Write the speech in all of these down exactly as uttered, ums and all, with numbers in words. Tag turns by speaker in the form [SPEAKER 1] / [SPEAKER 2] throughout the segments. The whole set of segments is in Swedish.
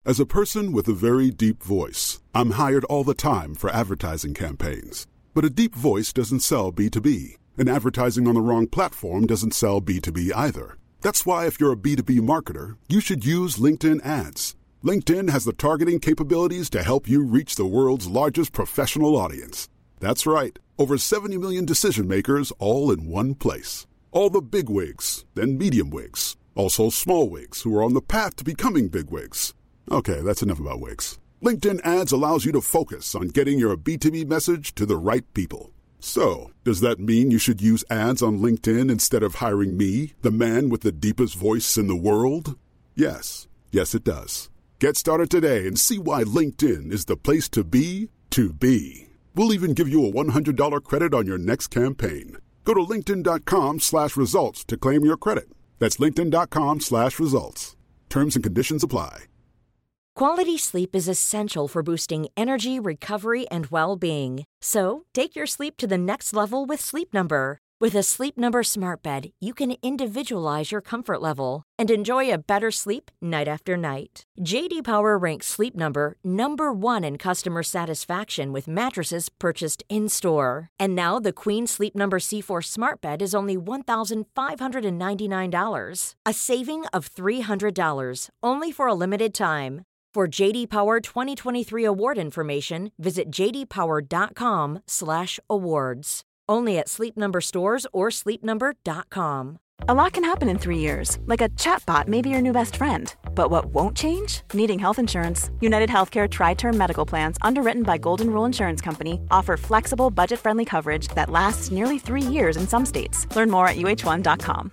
[SPEAKER 1] As a person with a very deep voice, I'm hired all the time for advertising campaigns. But a deep voice doesn't sell B two B, and advertising on the wrong platform doesn't sell B two B either. That's why if you're a B two B marketer, you should use LinkedIn ads. LinkedIn has the targeting capabilities to help you reach the world's largest professional audience. That's right, over seventy million decision makers all in one place. All the big wigs, then medium wigs, also small wigs who are on the path to becoming big wigs. Okay, that's enough about wigs. LinkedIn ads allows you to focus on getting your B two B message to the right people. So, does that mean you should use ads on LinkedIn instead of hiring me, the man with the deepest voice in the world? Yes. Yes, it does. Get started today and see why LinkedIn is the place to be to be. We'll even give you a one hundred dollars credit on your next campaign. Go to linkedin.com slash results to claim your credit. That's linkedin.com slash results. Terms and conditions apply.
[SPEAKER 2] Quality sleep is essential for boosting energy, recovery, and well-being. So, take your sleep to the next level with Sleep Number. With a Sleep Number smart bed, you can individualize your comfort level and enjoy a better sleep night after night. J D Power ranks Sleep Number number one in customer satisfaction with mattresses purchased in-store. And now the Queen Sleep Number C four smart bed is only one thousand five hundred ninety-nine dollars, a saving of three hundred dollars, only for a limited time. For J D Power twenty twenty-three award information, visit jdpower.com slash awards. Only at Sleep Number stores or sleep number dot com.
[SPEAKER 3] A lot can happen in three years, like a chatbot may be your new best friend. But what won't change? Needing health insurance. United Healthcare Tri-Term Medical Plans, underwritten by Golden Rule Insurance Company, offer flexible, budget-friendly coverage that lasts nearly three years in some states. Learn more at u h one dot com.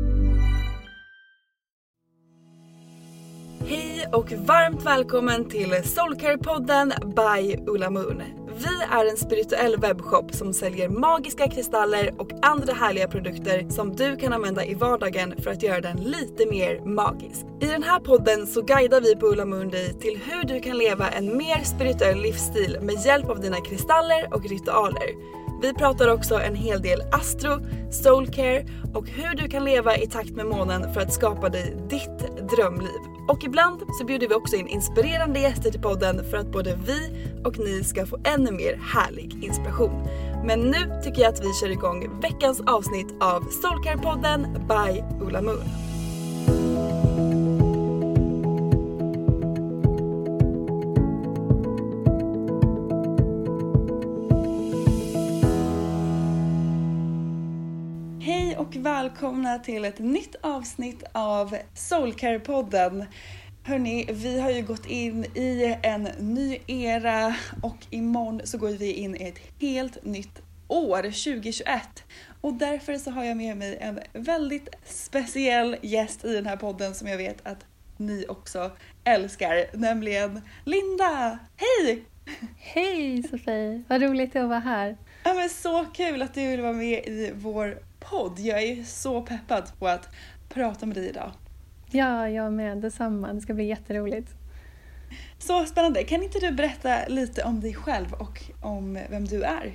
[SPEAKER 4] Hej och varmt välkommen till Soulcare-podden by Ulla Moon. Vi är en spirituell webbshop som säljer magiska kristaller och andra härliga produkter som du kan använda i vardagen för att göra den lite mer magisk. I den här podden så guidar vi på Ulla Moon dig till hur du kan leva en mer spirituell livsstil med hjälp av dina kristaller och ritualer. Vi pratar också en hel del astro, soulcare och hur du kan leva i takt med månen för att skapa dig ditt drömliv. Och ibland så bjuder vi också in inspirerande gäster till podden för att både vi och ni ska få ännu mer härlig inspiration. Men nu tycker jag att vi kör igång veckans avsnitt av Soulcare-podden by Ulla Moon. Och välkomna till ett nytt avsnitt av Soulcare-podden. Hörrni, vi har ju gått in i en ny era och imorgon så går vi in i ett helt nytt år, tjugo tjugoett. Och därför så har jag med mig en väldigt speciell gäst i den här podden som jag vet att ni också älskar, nämligen Linda. Hej!
[SPEAKER 5] Hej Sofie, vad roligt att vara här.
[SPEAKER 4] Ja, men så kul att du vill vara med i vår podd. Jag är så peppad på att prata med dig idag.
[SPEAKER 5] Ja, jag med. Detsamma. Det ska bli jätteroligt.
[SPEAKER 4] Så spännande. Kan inte du berätta lite om dig själv och om vem du är?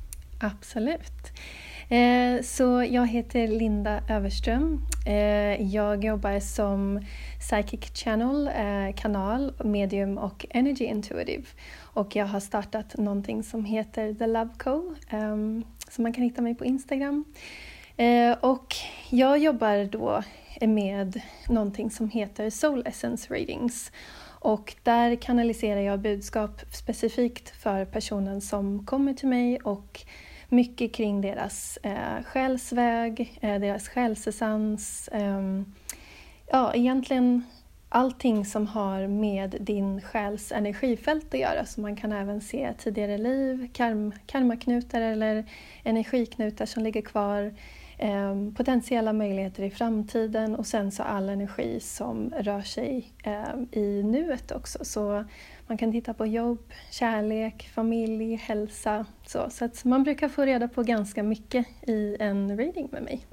[SPEAKER 5] Absolut. Eh, så jag heter Linda Överström. Eh, jag jobbar som Psychic Channel, eh, kanal, medium och Energy Intuitive. Och jag har startat någonting som heter The Love Co. Eh, så man kan hitta mig på Instagram. Eh, och jag jobbar då med någonting som heter Soul Essence Readings. Och där kanaliserar jag budskap specifikt för personen som kommer till mig och mycket kring deras eh, själsväg, eh, deras själsessens. Eh, ja, egentligen allting som har med din själs energifält att göra. Så man kan även se tidigare liv, karm, karmaknutar eller energiknutar som ligger kvar. Eh, potentiella möjligheter i framtiden och sen så all energi som rör sig eh, i nuet också. Så man kan titta på jobb, kärlek, familj, hälsa. Så, så att man brukar få reda på ganska mycket i en reading med mig.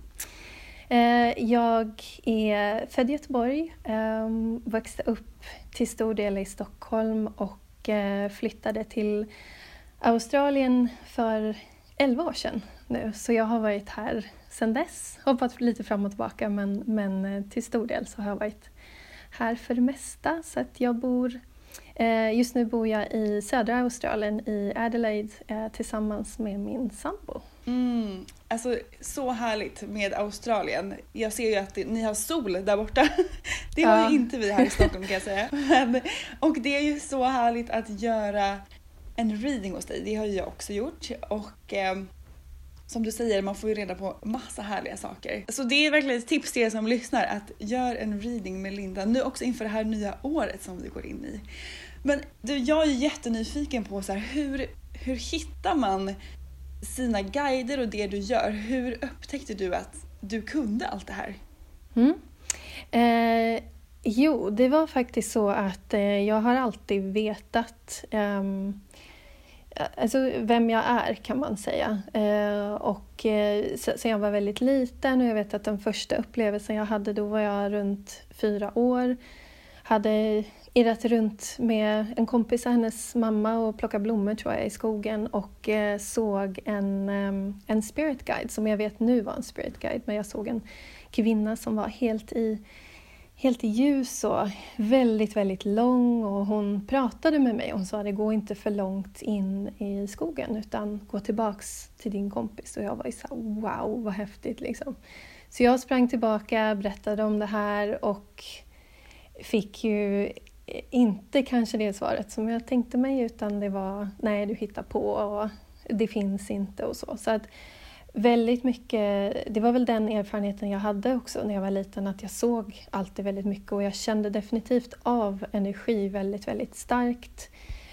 [SPEAKER 5] Eh, jag är född i Göteborg, eh, växte upp till stor del i Stockholm och eh, flyttade till Australien för elva år sedan nu. Så jag har varit här sedan dess. Hoppat lite fram och tillbaka men, men till stor del så har jag varit här för det mesta. Så att jag bor, eh, just nu bor jag i södra Australien, i Adelaide, eh, tillsammans med min sambo.
[SPEAKER 4] Mm, alltså så härligt med Australien. Jag ser ju att det, ni har sol där borta. Det har
[SPEAKER 5] ja.
[SPEAKER 4] ju inte vi här i Stockholm kan jag säga. Men, och det är ju så härligt att göra en reading hos dig. Det har ju jag också gjort. Och eh, som du säger, man får ju reda på massa härliga saker. Så det är verkligen ett tips till er som lyssnar, att gör en reading med Linda. Nu också inför det här nya året som vi går in i. Men du, jag är jättenyfiken på så här, hur, hur hittar man sina guider och det du gör? Hur upptäckte du att du kunde allt det här?
[SPEAKER 5] Mm. Eh, jo, det var faktiskt så att eh, jag har alltid vetat eh, alltså vem jag är, kan man säga. Eh, och eh, så, så jag var väldigt liten, och jag vet att den första upplevelsen jag hade, då var jag runt fyra år. Hade irrat runt med en kompis och hennes mamma och plockat blommor, tror jag, i skogen, och eh, såg en, um, en spirit guide, som jag vet nu var en spirit guide, men jag såg en kvinna som var helt i, helt i ljus och väldigt, väldigt lång, och hon pratade med mig och hon sa: det går inte för långt in i skogen, utan gå tillbaks till din kompis. Och jag var ju så här, wow, vad häftigt liksom. Så jag sprang tillbaka, berättade om det här och fick ju inte kanske det svaret som jag tänkte mig, utan det var: nej, du hittar på och det finns inte och så. Så att väldigt mycket, det var väl den erfarenheten jag hade också när jag var liten, att jag såg alltid väldigt mycket, och jag kände definitivt av energi väldigt, väldigt starkt.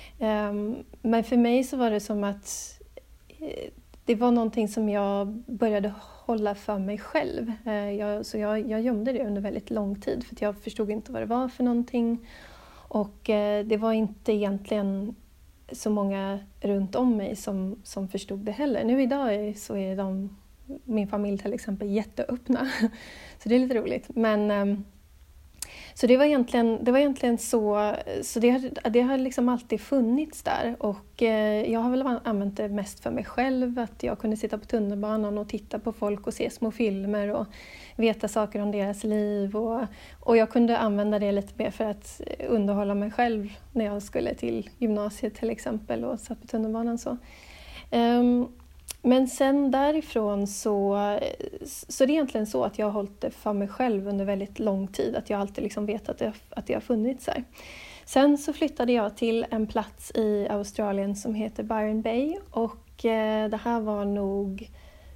[SPEAKER 5] Men för mig så var det som att det var någonting som jag började hålla för mig själv. Jag, så jag, jag gömde det under väldigt lång tid, för att jag förstod inte vad det var för någonting. Och eh, det var inte egentligen så många runt om mig som, som förstod det heller. Nu idag är, så är de, min familj till exempel, jätteöppna. Så det är lite roligt. Men, eh, så det var egentligen, det var egentligen så, så det har, det har liksom alltid funnits där. Och eh, jag har väl använt det mest för mig själv. Att jag kunde sitta på tunnelbanan och titta på folk och se små filmer och veta saker om deras liv. Och, och jag kunde använda det lite mer för att underhålla mig själv när jag skulle till gymnasiet till exempel och satt på tunnelbanan. Så. Um, men sen därifrån så, så det är egentligen så att jag har hållit det för mig själv under väldigt lång tid. Att jag alltid liksom vet att det, att det har funnits här. Sen så flyttade jag till en plats i Australien som heter Byron Bay. Och eh, det här var nog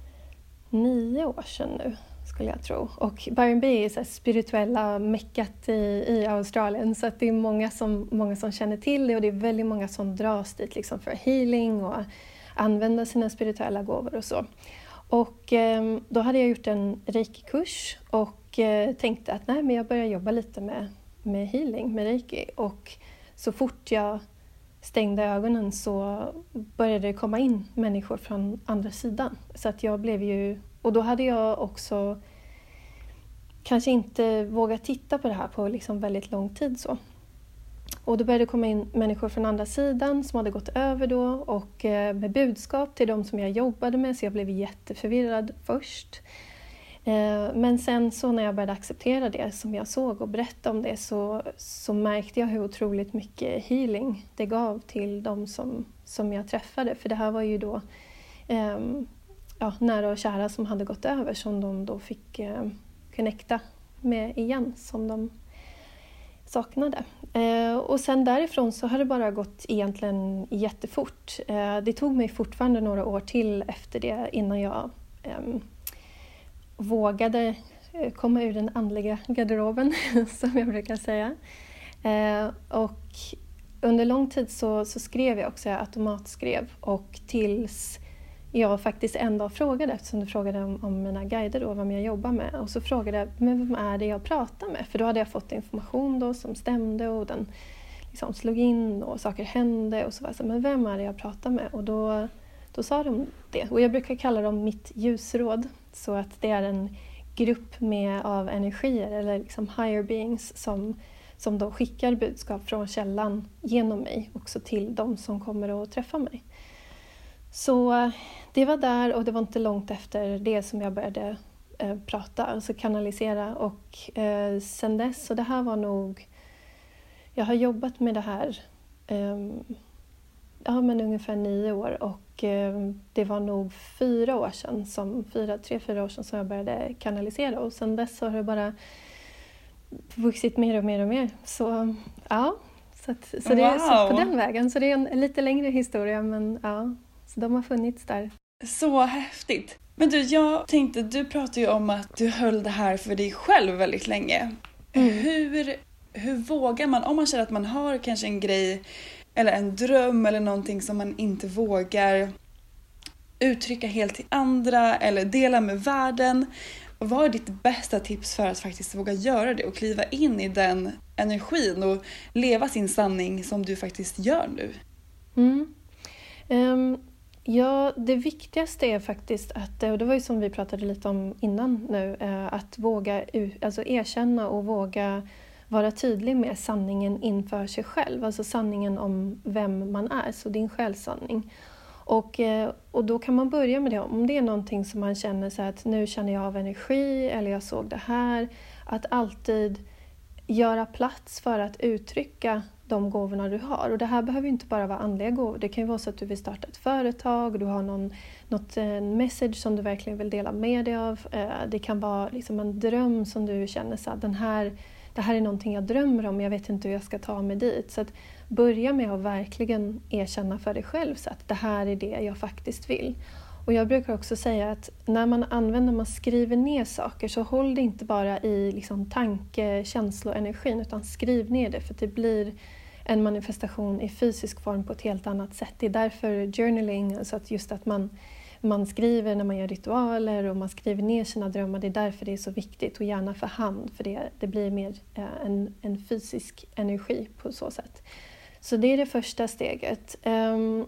[SPEAKER 5] nio år sedan nu, skulle jag tro. Och Byron Bay är så här spirituella meckat i, i Australien. Så att det är många som, många som känner till det. Och det är väldigt många som dras dit liksom för healing och använda sina spirituella gåvor och så. Och eh, då hade jag gjort en reiki-kurs och eh, tänkte att nej, men jag börjar jobba lite med, med healing, med reiki. Och så fort jag stängde ögonen så började det komma in människor från andra sidan. Så att jag blev ju, och då hade jag också kanske inte vågat titta på det här på liksom väldigt lång tid så. Och då började det komma in människor från andra sidan som hade gått över då, och med budskap till de som jag jobbade med, så jag blev jätteförvirrad först. Men sen så när jag började acceptera det som jag såg och berätta om det, så, så märkte jag hur otroligt mycket healing det gav till de som, som jag träffade. För det här var ju då um, ja, nära och kära som hade gått över, som de då fick uh, connecta med igen, som de saknade. Eh, och sen därifrån så har det bara gått egentligen jättefort. Eh, det tog mig fortfarande några år till efter det innan jag eh, vågade komma ur den andliga garderoben, som jag brukar säga. Eh, och under lång tid så, så skrev jag också, jag automatskrev, och tills jag faktiskt en dag frågade, eftersom du frågade om, om mina guider då, vem jag jobbar med. Och så frågade jag, men vem är det jag pratar med? För då hade jag fått information då som stämde, och den liksom slog in och saker hände. Och så var jag så, men vem är det jag pratar med? Och då, då sa de det. Och jag brukar kalla dem mitt ljusråd. Så att det är en grupp med av energier, eller liksom higher beings, som, som då skickar budskap från källan genom mig också till de som kommer att träffa mig. Så det var där, och det var inte långt efter det som jag började eh, prata, alltså kanalisera. Och eh, sen dess, så det här var nog, jag har jobbat med det här eh, ja, men ungefär nio år och eh, det var nog fyra år sedan, som, fyra, tre, fyra år sedan som jag började kanalisera. Och sen dess så har det bara vuxit mer och mer och mer. Så ja, så, att, så det är så på den vägen. Så det är en, en lite längre historia, men ja, så de har funnits där.
[SPEAKER 4] Så häftigt. Men du, jag tänkte, du pratade ju om att du höll det här för dig själv väldigt länge. Mm. Hur, hur vågar man, om man känner att man har kanske en grej eller en dröm eller någonting som man inte vågar uttrycka helt till andra eller dela med världen. Vad är ditt bästa tips för att faktiskt våga göra det och kliva in i den energin och leva sin sanning som du faktiskt gör nu?
[SPEAKER 5] Mm. Um, ja, det viktigaste är faktiskt att, och det var ju som vi pratade lite om innan nu, att våga alltså erkänna och våga vara tydlig med sanningen inför sig själv. Alltså sanningen om vem man är, så din själssanning. Och, och då kan man börja med det. Om det är någonting som man känner så att nu känner jag av energi eller jag såg det här. Att alltid göra plats för att uttrycka de gåvorna du har. Och det här behöver inte bara vara andliga gåvor. Det kan ju vara så att du vill starta ett företag. Du har någon, något en message som du verkligen vill dela med dig av. Det kan vara liksom en dröm som du känner så att den här, det här är någonting jag drömmer om. Jag vet inte hur jag ska ta mig dit. Så att börja med att verkligen erkänna för dig själv så att det här är det jag faktiskt vill. Och jag brukar också säga att när man använder, man skriver ner saker, så håll det inte bara i liksom tanke, känsla och energin, utan skriv ner det, för det blir en manifestation i fysisk form på ett helt annat sätt. Det är därför journaling, alltså att just att man, man skriver när man gör ritualer och man skriver ner sina drömmar, det är därför det är så viktigt, och gärna för hand, för det, det blir mer eh, en, en fysisk energi på så sätt. Så det är det första steget. Um,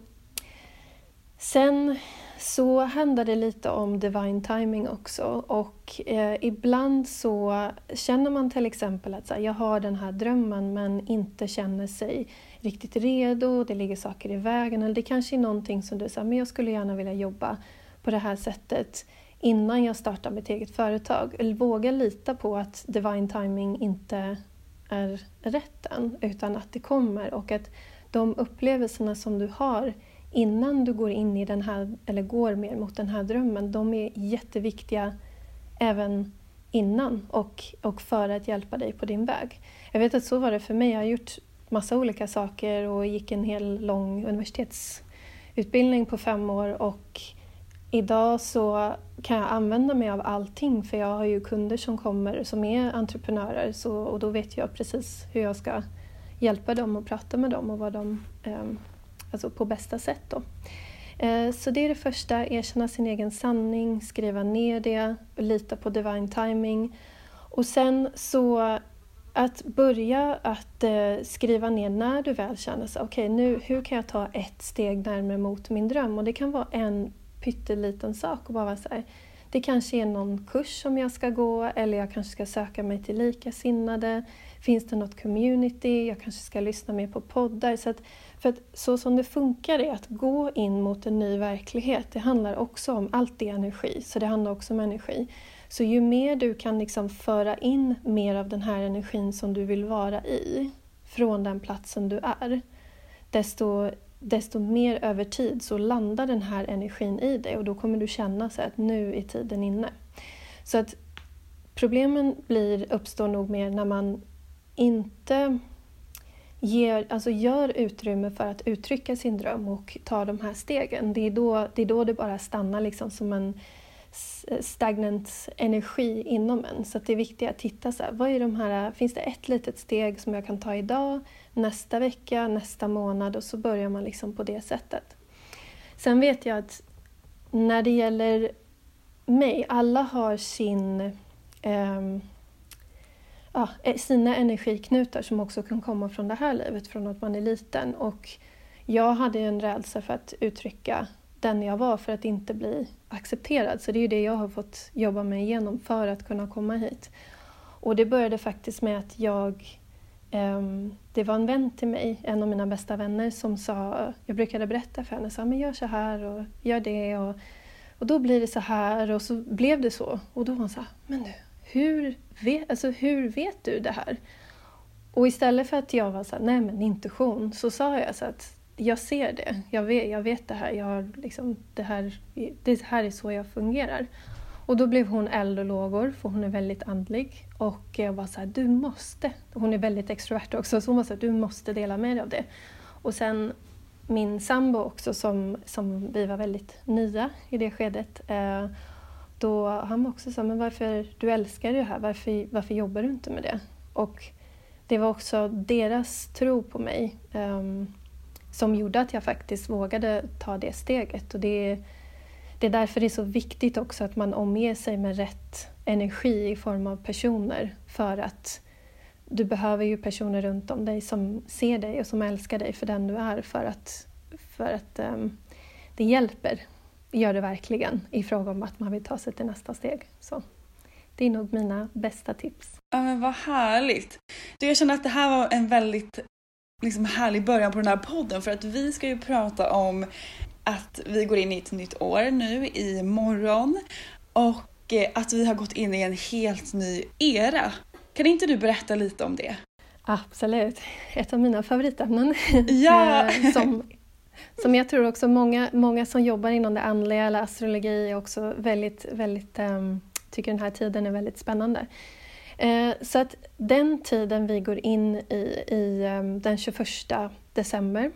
[SPEAKER 5] sen så handlar det lite om divine timing också. Och eh, ibland så känner man till exempel att så här, jag har den här drömmen men inte känner sig riktigt redo. Det ligger saker i vägen. Eller det kanske är någonting som du säger, men jag skulle gärna vilja jobba på det här sättet innan jag startar mitt eget företag. Eller våga lita på att divine timing inte är rätt än, utan att det kommer, och att de upplevelserna som du har innan du går in i den här, eller går mer mot den här drömmen, de är jätteviktiga även innan och, och för att hjälpa dig på din väg. Jag vet att så var det för mig. Jag har gjort massa olika saker och gick en hel lång universitetsutbildning på fem år, och idag så kan jag använda mig av allting, för jag har ju kunder som kommer som är entreprenörer, så, och då vet jag precis hur jag ska hjälpa dem och prata med dem och vad de, eh, alltså på bästa sätt då. Eh, så det är det första, erkänna sin egen sanning, skriva ner det, lita på divine timing. Och sen så att börja att eh, skriva ner när du väl känner så, okej, okay, nu hur kan jag ta ett steg närmare mot min dröm? Och det kan vara en pytteliten sak och bara vara så här, det kanske är någon kurs som jag ska gå, eller jag kanske ska söka mig till likasinnade. Finns det något community? Jag kanske ska lyssna mer på poddar. Så att, för att så som det funkar är att gå in mot en ny verklighet. Det handlar också om, allt är energi, så det handlar också om energi. Så ju mer du kan liksom föra in mer av den här energin som du vill vara i från den platsen du är, desto desto mer över tid så landar den här energin i dig, och då kommer du känna så att nu är tiden inne. Så att problemen blir, uppstår nog mer när man inte ger, alltså gör utrymme för att uttrycka sin dröm och ta de här stegen. Det är då det, är då det bara stannar liksom som en stagnant energi inom en. Så att det är viktigt att titta så här, vad är de här, finns det ett litet steg som jag kan ta idag, nästa vecka, nästa månad, och så börjar man liksom på det sättet. Sen vet jag att när det gäller mig, alla har sin eh, ja, sina energiknutar som också kan komma från det här livet, från att man är liten, och jag hade en rädsla för att uttrycka den jag var, för att inte bli accepterad. Så det är ju det jag har fått jobba mig igenom för att kunna komma hit. Och det började faktiskt med att jag, eh, det var en vän till mig, en av mina bästa vänner, som sa, jag brukade berätta för henne, sa, men gör så här och gör det, och Och då blir det så här och så blev det så. Och då var han så här, men nu, hur vet, alltså, hur vet du det här? Och istället för att jag var så här, nej men intuition, så sa jag så att jag ser det. Jag vet, jag vet det här. Jag har liksom, det, här det här är så jag fungerar. Och då blev hon eld och lågor, för hon är väldigt andlig. Och jag var så här, du måste. Hon är väldigt extrovert också, så hon var så här, du måste dela med dig av det. Och sen min sambo också, som, som vi var väldigt nya i det skedet. Eh, då han var också så här, men varför, du älskar det här, varför, varför jobbar du inte med det? Och det var också deras tro på mig um, som gjorde att jag faktiskt vågade ta det steget. Och det, det är därför det är så viktigt också att man omger sig med rätt energi i form av personer. För att du behöver ju personer runt om dig som ser dig och som älskar dig för den du är. För att, för att um, det hjälper, gör det verkligen, i fråga om att man vill ta sig till nästa steg. Så det är nog mina bästa tips.
[SPEAKER 4] Ja, men vad härligt. Du, jag känner att det här var en väldigt liksom, härlig början på den här podden. För att vi ska ju prata om att vi går in i ett nytt år nu i morgon. Och att vi har gått in i en helt ny era. Kan inte du berätta lite om det?
[SPEAKER 5] Absolut. Ett av mina favoritämnen.
[SPEAKER 4] Ja!
[SPEAKER 5] som, som jag tror också många, många som jobbar inom det andliga eller astrologi är också väldigt, väldigt... Um, tycker den här tiden är väldigt spännande. Eh, så att den tiden vi går in i, i um, den tjugoförsta december,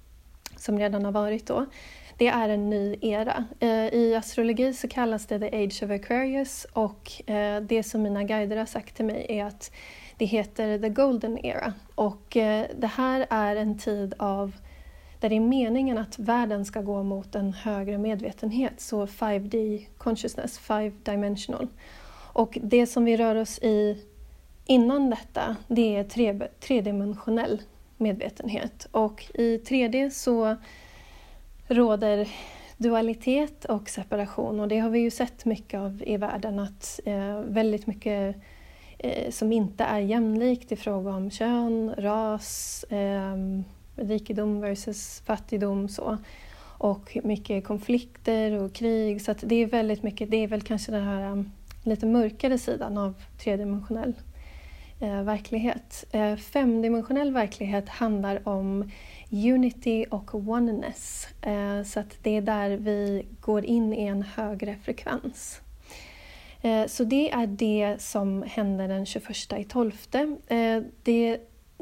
[SPEAKER 5] som redan har varit då, det är en ny era. Eh, I astrologi så kallas det the age of Aquarius, och eh, det som mina guider har sagt till mig är att det heter the golden era. Och eh, det här är en tid av där det är meningen att världen ska gå mot en högre medvetenhet, så five D consciousness, five dimensional. Och det som vi rör oss i innan detta, det är tre, tredimensionell medvetenhet. Och i tre D så råder dualitet och separation, och det har vi ju sett mycket av i världen, att eh, väldigt mycket eh, som inte är jämlikt i fråga om kön, ras, eh, rikedom versus fattigdom, så. Och mycket konflikter och krig, så att det är väldigt mycket, det är väl kanske den här um, lite mörkare sidan av tredimensionell eh, verklighet. Eh, femdimensionell verklighet handlar om unity och oneness, eh, så att det är där vi går in i en högre frekvens. Eh, så det är det som händer den tjugoförsta i tolfte. Eh, det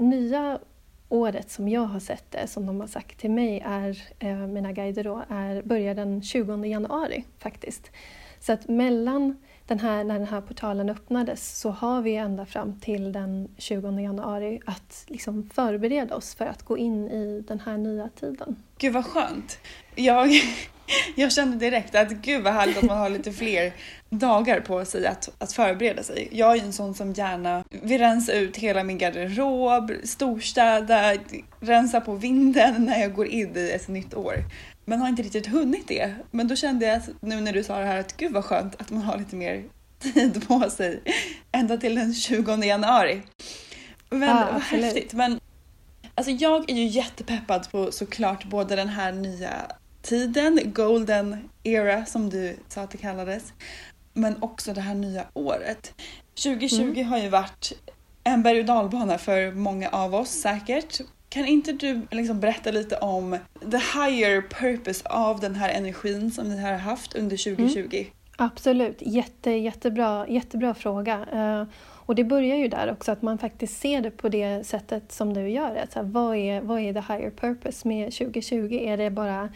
[SPEAKER 5] nya året som jag har sett det, som de har sagt till mig, är eh, mina guider då, är, börjar den tjugonde januari faktiskt. Så att mellan den här, när den här portalen öppnades, så har vi ända fram till den tjugonde januari att liksom förbereda oss för att gå in i den här nya tiden.
[SPEAKER 4] Gud vad skönt. Jag, jag kände direkt att gud vad härligt att man har lite fler dagar på sig att, att förbereda sig. Jag är ju en sån som gärna vill rensa ut hela min garderob, storstäda, rensa på vinden när jag går in i ett nytt år. Men har inte riktigt hunnit det. Men då kände jag nu när du sa det här att gud vad skönt att man har lite mer tid på sig ända till den tjugonde januari. Men
[SPEAKER 5] ja,
[SPEAKER 4] vad häftigt. Men alltså jag är ju jättepeppad på såklart både den här nya tiden, golden era som du sa att det kallades, men också det här nya året. tjugo tjugo mm. har ju varit en berg- och dalbana för många av oss säkert. Kan inte du liksom berätta lite om the higher purpose av den här energin som ni har haft under tjugo tjugo? Mm.
[SPEAKER 5] Absolut, Jätte, jättebra, jättebra fråga. Uh, och det börjar ju där också, att man faktiskt ser det på det sättet som du gör det. Så här, vad, är, vad är the higher purpose med tjugo tjugo? Är det bara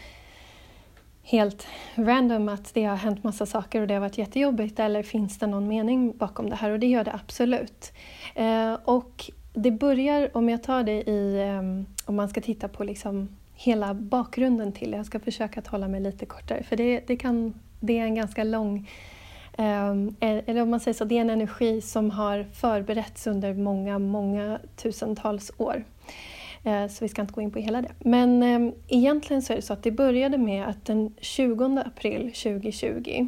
[SPEAKER 5] helt random att det har hänt massa saker och det har varit jättejobbigt, eller finns det någon mening bakom det här? Och det gör det absolut. Uh, och det börjar, om jag tar det i, um, om man ska titta på liksom hela bakgrunden till det. Jag ska försöka att hålla mig lite kortare, för det, det, kan, det är en ganska lång, um, eller om man säger så, det är en energi som har förberetts under många, många tusentals år. Uh, så vi ska inte gå in på hela det. Men um, egentligen så är det så att det började med att den tjugonde april tjugo tjugo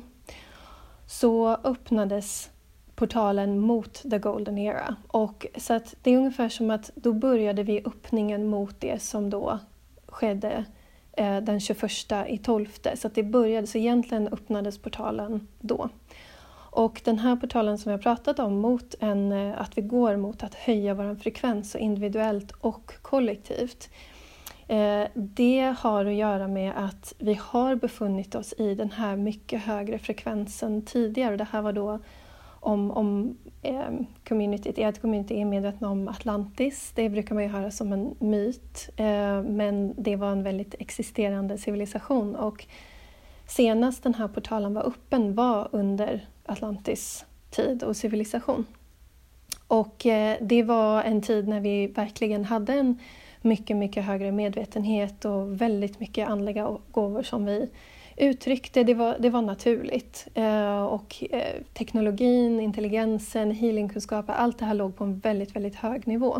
[SPEAKER 5] så öppnades portalen mot the golden era. Och så att det är ungefär som att då började vi öppningen mot det som då skedde eh, den tjugoförsta i tolfte. Så att det började, så egentligen öppnades portalen då. Och den här portalen som vi har pratat om, mot en, att vi går mot att höja vår frekvens så individuellt och kollektivt. Eh, det har att göra med att vi har befunnit oss i den här mycket högre frekvensen tidigare. Det här var då om, om eh, communityt, ert community är medvetna om Atlantis. Det brukar man ju höra som en myt. Eh, men det var en väldigt existerande civilisation. Och senast den här portalen var öppen var under Atlantis tid och civilisation. Och eh, det var en tid när vi verkligen hade en mycket, mycket högre medvetenhet och väldigt mycket andliga gåvor som vi uttryckte. Det var, det var naturligt. Eh, och eh, teknologin, intelligensen, healingkunskaper, allt det här låg på en väldigt, väldigt hög nivå.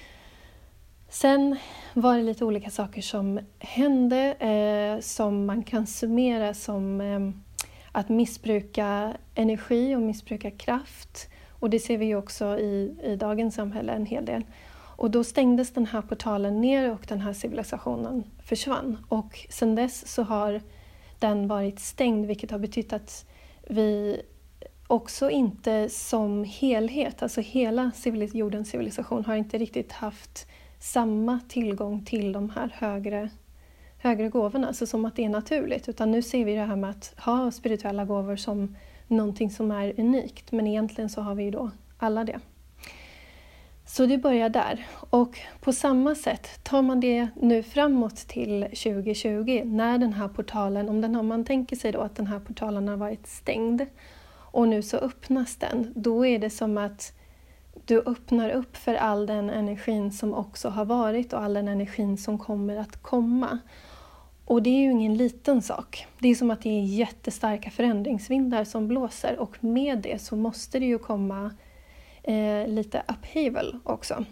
[SPEAKER 5] Sen var det lite olika saker som hände eh, som man kan summera som eh, att missbruka energi och missbruka kraft. Och det ser vi ju också i, i dagens samhälle en hel del. Och då stängdes den här portalen ner och den här civilisationen försvann. Och sedan dess så har den varit stängd, vilket har betytt att vi också inte som helhet, alltså hela civilis- jordens civilisation har inte riktigt haft samma tillgång till de här högre, högre gåvorna, alltså som att det är naturligt. Utan nu ser vi det här med att ha spirituella gåvor som någonting som är unikt, men egentligen så har vi ju då alla det. Så det börjar där. Och på samma sätt tar man det nu framåt till tjugo tjugo när den här portalen, om, den, om man tänker sig då att den här portalen har varit stängd och nu så öppnas den, då är det som att du öppnar upp för all den energin som också har varit och all den energin som kommer att komma. Och det är ju ingen liten sak. Det är som att det är jättestarka förändringsvindar som blåser, och med det så måste det ju komma Eh, lite upheaval också.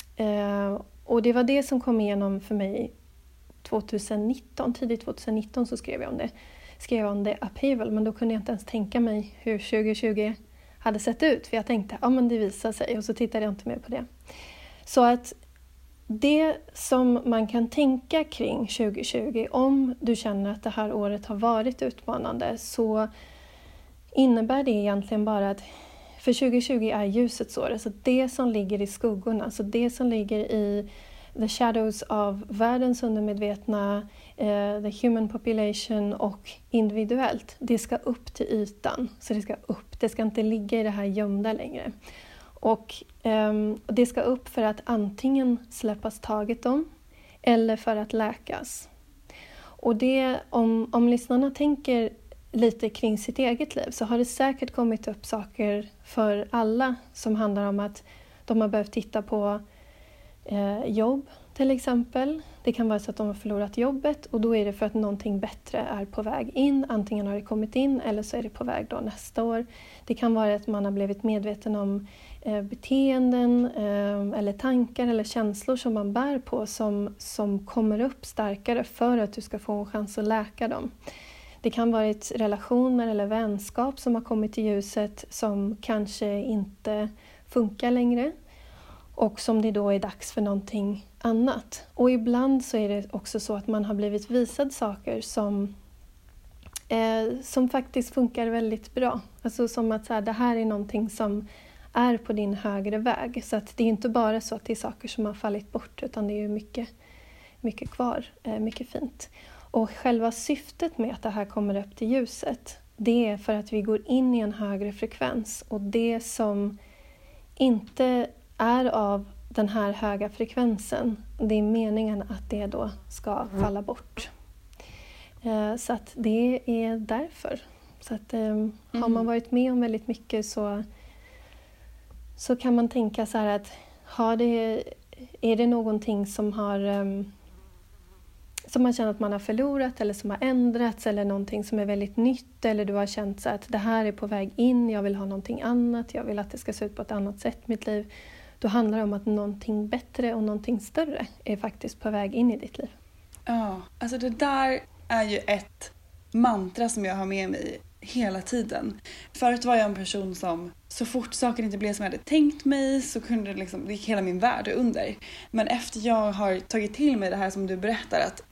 [SPEAKER 5] Eh, och det var det som kom igenom för mig tjugonitton, tidigt tjugonitton så skrev jag om det. Skrev jag om det upheaval, men då kunde jag inte ens tänka mig hur tjugo tjugo hade sett ut. För jag tänkte, ja men det visar sig, och så tittade jag inte mer på det. Så att det som man kan tänka kring tjugo tjugo, om du känner att det här året har varit utmanande, så innebär det egentligen bara att för tjugo tjugo är ljusets år, alltså det som ligger i skuggorna, alltså det som ligger i the shadows av världens undermedvetna, eh, the human population och individuellt. Det ska upp till ytan, så det ska upp, det ska inte ligga i det här gömda längre. Och eh, det ska upp för att antingen släppas taget om eller för att läkas. Och det, om, om lyssnarna tänker lite kring sitt eget liv, så har det säkert kommit upp saker för alla som handlar om att de har behövt titta på eh, jobb till exempel. Det kan vara så att de har förlorat jobbet, och då är det för att någonting bättre är på väg in. Antingen har det kommit in eller så är det på väg då nästa år. Det kan vara att man har blivit medveten om eh, beteenden eh, eller tankar eller känslor som man bär på som, som kommer upp starkare för att du ska få en chans att läka dem. Det kan vara ett relationer eller vänskap som har kommit till ljuset som kanske inte funkar längre, och som det då är dags för någonting annat. Och ibland så är det också så att man har blivit visad saker som, eh, som faktiskt funkar väldigt bra. Alltså som att så här, det här är någonting som är på din högre väg. Så att det är inte bara så att det är saker som har fallit bort, utan det är ju mycket, mycket kvar, eh, mycket fint. Och själva syftet med att det här kommer upp till ljuset, det är för att vi går in i en högre frekvens. Och det som inte är av den här höga frekvensen, det är meningen att det då ska falla bort. Eh, så att det är därför. Så att eh, mm. har man varit med om väldigt mycket, så, så kan man tänka så här att har det, är det någonting som har... Eh, som man känner att man har förlorat eller som har ändrats, eller någonting som är väldigt nytt, eller du har känt så att det här är på väg in, jag vill ha någonting annat, jag vill att det ska se ut på ett annat sätt i mitt liv. Då handlar det om att någonting bättre och någonting större är faktiskt på väg in i ditt liv.
[SPEAKER 4] Ja, alltså det där är ju ett mantra som jag har med mig hela tiden. Förut var jag en person som så fort saker inte blev som jag hade tänkt mig, så kunde det liksom, det gick hela min värld under. Men efter jag har tagit till mig det här som du berättar, att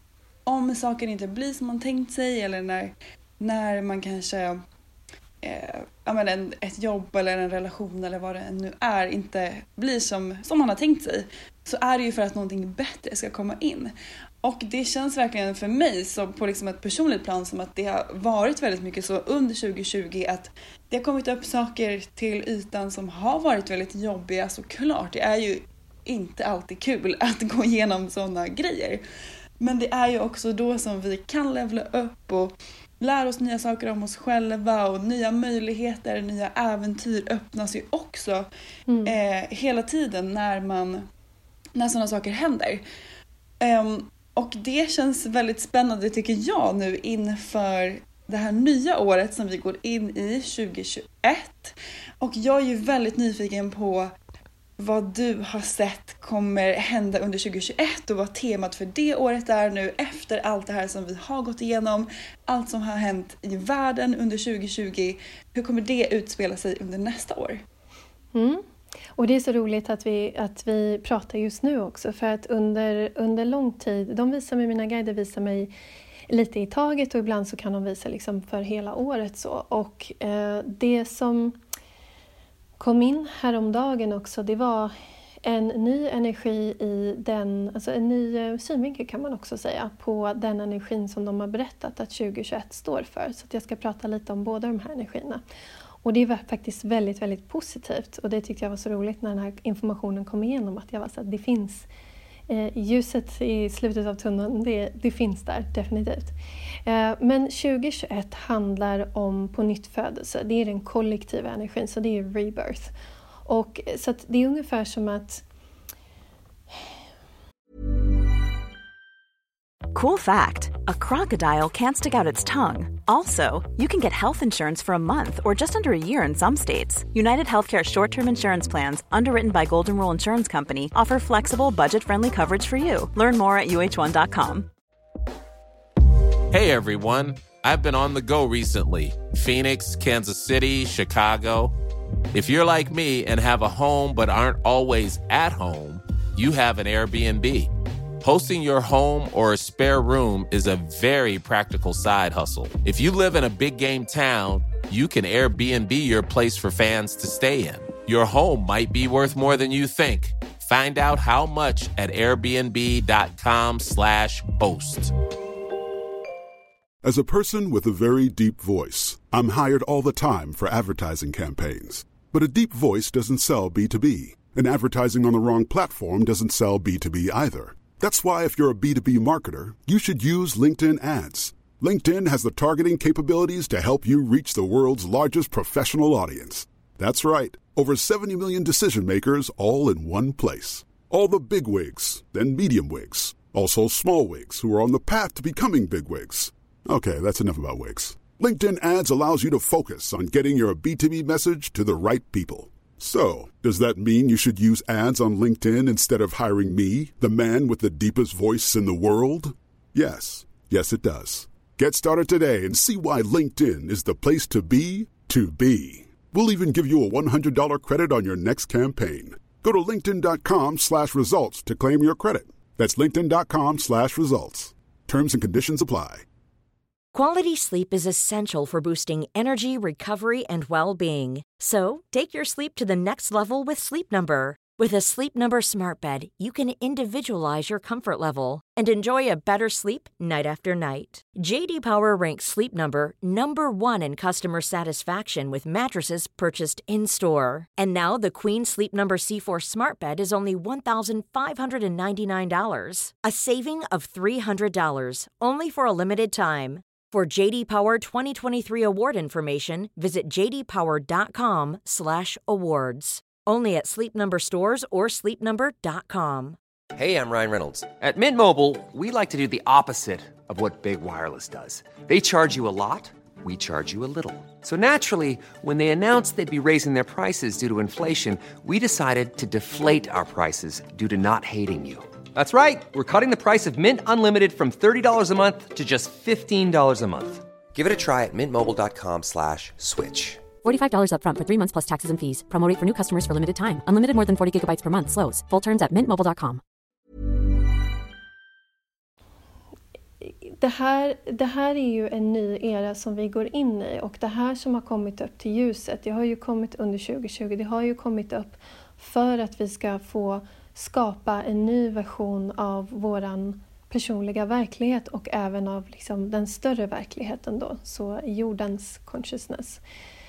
[SPEAKER 4] om saker inte blir som man tänkt sig, eller när, när man kanske eh, ja, men en, ett jobb eller en relation eller vad det nu är inte blir som, som man har tänkt sig, så är det ju för att någonting bättre ska komma in. Och det känns verkligen för mig så på liksom ett personligt plan som att det har varit väldigt mycket så under tjugo tjugo att det har kommit upp saker till ytan som har varit väldigt jobbiga, såklart. Det är ju inte alltid kul att gå igenom sådana grejer. Men det är ju också då som vi kan levla upp och lära oss nya saker om oss själva, och nya möjligheter, nya äventyr öppnas ju också mm. eh, hela tiden när man när sådana saker händer. Um, och det känns väldigt spännande tycker jag nu inför det här nya året som vi går in i tjugo tjugoett. Och jag är ju väldigt nyfiken på vad du har sett kommer hända under tjugo tjugoett och vad temat för det året är nu efter allt det här som vi har gått igenom. Allt som har hänt i världen under tjugo tjugo. Hur kommer det utspela sig under nästa år?
[SPEAKER 5] Mm. Och det är så roligt att vi, att vi pratar just nu också, för att under, under lång tid, de visar mig, mina guider visar mig lite i taget och ibland så kan de visa liksom för hela året så. Och eh, det som kom in häromdagen också, det var en ny energi i den, alltså en ny synvinkel kan man också säga, på den energin som de har berättat att tjugo tjugoett står för. Så att jag ska prata lite om båda de här energierna. Och det var faktiskt väldigt, väldigt positivt. Och det tyckte jag var så roligt när den här informationen kom igenom. Att jag var så att det finns eh, ljuset i slutet av tunneln. Det, det finns där, definitivt. Eh, men tjugo tjugoett handlar om på nytt födelse. Det är den kollektiva energin. Så det är rebirth. Och så att det är ungefär som att...
[SPEAKER 3] Cool fact, a crocodile can't stick out its tongue. Also, you can get health insurance for a month or just under a year in some states. United Healthcare short-term insurance plans, underwritten by Golden Rule Insurance Company, offer flexible, budget-friendly coverage for you. Learn more at U H one dot com.
[SPEAKER 6] Hey everyone, I've been on the go recently. Phoenix, Kansas City, Chicago. If you're like me and have a home but aren't always at home, you have an Airbnb. Hosting your home or a spare room is a very practical side hustle. If you live in a big game town, you can Airbnb your place for fans to stay in. Your home might be worth more than you think. Find out how much at airbnb.com slash host.
[SPEAKER 1] As a person with a very deep voice, I'm hired all the time for advertising campaigns. But a deep voice doesn't sell B two B, and advertising on the wrong platform doesn't sell B two B either. That's why if you're a B two B marketer, you should use LinkedIn ads. LinkedIn has the targeting capabilities to help you reach the world's largest professional audience. That's right, over seventy million decision makers all in one place. All the big wigs, then medium wigs, also small wigs who are on the path to becoming big wigs. Okay, that's enough about wigs. LinkedIn ads allows you to focus on getting your B two B message to the right people. So, does that mean you should use ads on LinkedIn instead of hiring me, the man with the deepest voice in the world? Yes. Yes, it does. Get started today and see why LinkedIn is the place to be to be. We'll even give you a one hundred dollars credit on your next campaign. Go to linkedin.com slash results to claim your credit. That's linkedin.com slash results. Terms and conditions apply.
[SPEAKER 2] Quality sleep is essential for boosting energy, recovery, and well-being. So, take your sleep to the next level with Sleep Number. With a Sleep Number smart bed, you can individualize your comfort level and enjoy a better sleep night after night. J D Power ranks Sleep Number number one in customer satisfaction with mattresses purchased in-store. And now the Queen Sleep Number C four smart bed is only one thousand five hundred ninety-nine dollars. A saving of three hundred dollars, only for a limited time. For J D Power twenty twenty-three award information, visit jdpower.com slash awards. Only at Sleep Number stores or sleep number dot com.
[SPEAKER 7] Hey, I'm Ryan Reynolds. At Mint Mobile, we like to do the opposite of what Big Wireless does. They charge you a lot, we charge you a little. So naturally, when they announced they'd be raising their prices due to inflation, we decided to deflate our prices due to not hating you. That's right. We're cutting the price of Mint Unlimited from thirty dollars a month to just fifteen dollars a month. Give it a try at mintmobile.com slash switch.
[SPEAKER 8] forty-five dollars up front for three months plus taxes and fees. Promo rate for new customers for limited time. Unlimited more than forty gigabytes per month. Slows full terms at mint mobile dot com.
[SPEAKER 5] det här, det här är ju en ny era som vi går in i, och det här som har kommit upp till ljuset, det har ju kommit under tjugo tjugo, det har ju kommit upp för att vi ska få skapa en ny version av våran personliga verklighet och även av liksom den större verkligheten då, så jordens consciousness.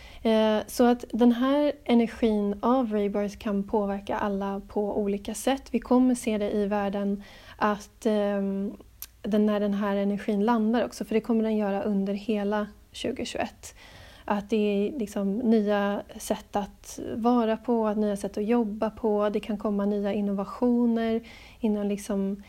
[SPEAKER 5] Eh, så att den här energin av rebirth kan påverka alla på olika sätt. Vi kommer se det i världen att eh, den, när den här energin landar också, för det kommer den göra under hela tjugo tjugoett. Att det är liksom nya sätt att vara på, nya sätt att jobba på, det kan komma nya innovationer inom liksom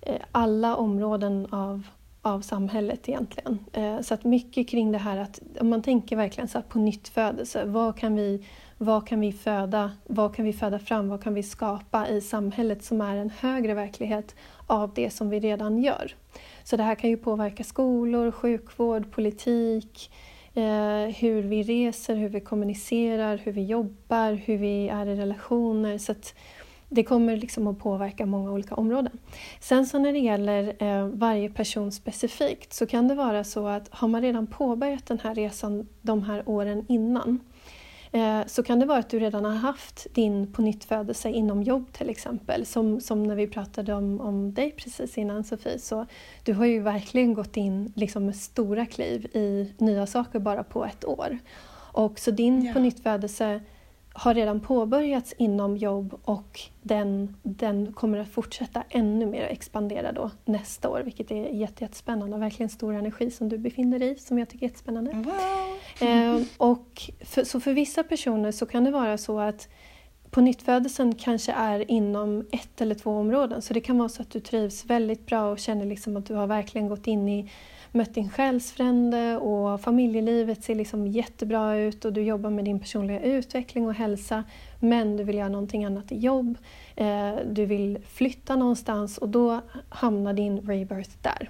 [SPEAKER 5] alla områden av, av samhället egentligen. Så att mycket kring det här att om man tänker verkligen så här på nytt födelse, vad kan vi, vad kan vi föda, vad kan vi föda fram, vad kan vi skapa i samhället som är en högre verklighet av det som vi redan gör. Så det här kan ju påverka skolor, sjukvård, politik, eh, hur vi reser, hur vi kommunicerar, hur vi jobbar, hur vi är i relationer. Så att det kommer liksom att påverka många olika områden. Sen så när det gäller eh, varje person specifikt så kan det vara så att har man redan påbörjat den här resan de här åren innan, eh, så kan det vara att du redan har haft din pånyttfödelse inom jobb till exempel. Som, som när vi pratade om, om dig precis innan, Sofie, så du har ju verkligen gått in liksom med stora kliv i nya saker bara på ett år. Och så din ja. pånyttfödelse har redan påbörjats inom jobb, och den, den kommer att fortsätta ännu mer expandera då nästa år, vilket är jätte, jättespännande. Verkligen stor energi som du befinner dig i, som jag tycker är jättespännande. Wow. Eh, och för, så för vissa personer så kan det vara så att pånyttfödelsen kanske är inom ett eller två områden. Så det kan vara så att du trivs väldigt bra och känner liksom att du har verkligen gått in i mött din själsfrände och familjelivet ser liksom jättebra ut och du jobbar med din personliga utveckling och hälsa, men du vill göra någonting annat i jobb, eh, du vill flytta någonstans, och då hamnar din rebirth där.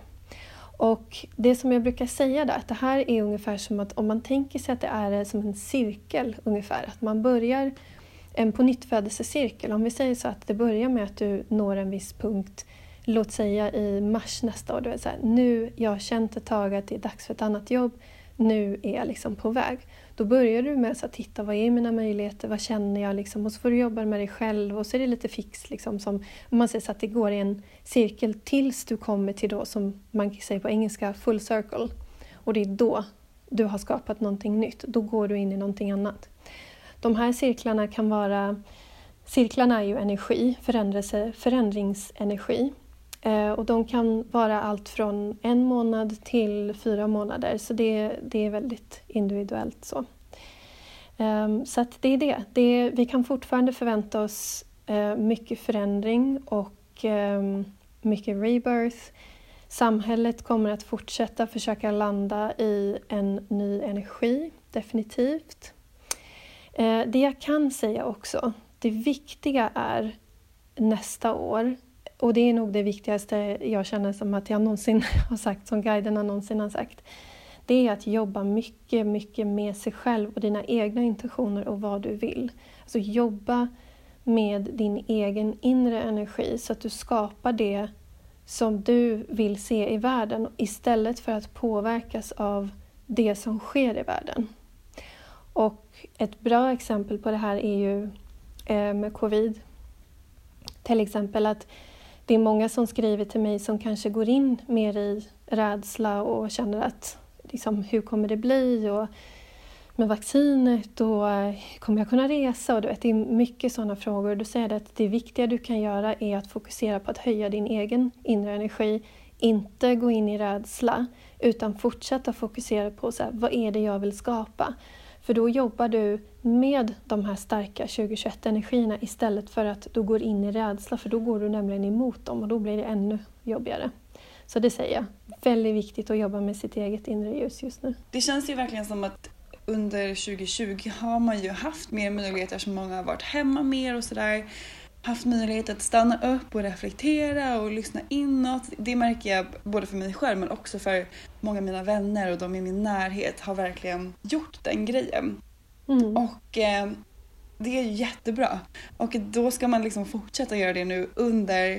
[SPEAKER 5] Och det som jag brukar säga där, att det här är ungefär som att om man tänker sig att det är som en cirkel ungefär, att man börjar en pånyttfödelsecirkel. Om vi säger så att det börjar med att du når en viss punkt, låt säga i mars nästa år. Du är så här, nu, jag har känt ett tag att det är dags för ett annat jobb. Nu är jag liksom på väg. Då börjar du med att titta, vad är mina möjligheter? Vad känner jag? Liksom? Och så får du jobba med dig själv. Och så är det lite fix. Liksom, som, om man säger så att det går i en cirkel tills du kommer till då, som man säger på engelska, full circle. Och det är då du har skapat någonting nytt. Då går du in i någonting annat. De här cirklarna kan vara... Cirklarna är ju energi, förändrelse, förändringsenergi. Eh, och de kan vara allt från en månad till fyra månader. Så det, det är väldigt individuellt så. Eh, så att det är det. det är, vi kan fortfarande förvänta oss eh, mycket förändring och eh, mycket rebirth. Samhället kommer att fortsätta försöka landa i en ny energi, definitivt. Eh, det jag kan säga också, det viktiga är nästa år, och det är nog det viktigaste jag känner som att jag någonsin har sagt, som guiderna någonsin har sagt. Det är att jobba mycket, mycket med sig själv och dina egna intentioner och vad du vill. Alltså jobba med din egen inre energi så att du skapar det som du vill se i världen istället för att påverkas av det som sker i världen. Och ett bra exempel på det här är ju med covid. Till exempel att det är många som skriver till mig som kanske går in mer i rädsla och känner att liksom, hur kommer det bli och med vaccinet och kommer jag kunna resa? Och du vet, det är mycket sådana frågor. Du säger att det viktiga du kan göra är att fokusera på att höja din egen inre energi. Inte gå in i rädsla utan fortsätta fokusera på så här, vad är det jag vill skapa? För då jobbar du med de här starka tjugo tjugoett-energierna istället för att du går in i rädsla. För då går du nämligen emot dem och då blir det ännu jobbigare. Så det säger jag. Väldigt viktigt att jobba med sitt eget inre ljus just nu.
[SPEAKER 4] Det känns ju verkligen som att under tjugo tjugo har man ju haft mer möjligheter som många har varit hemma mer och sådär. Haft möjlighet att stanna upp och reflektera och lyssna inåt. Det märker jag både för mig själv men också för många av mina vänner och de i min närhet har verkligen gjort den grejen. Mm. Och eh, det är jättebra. Och då ska man liksom fortsätta göra det nu under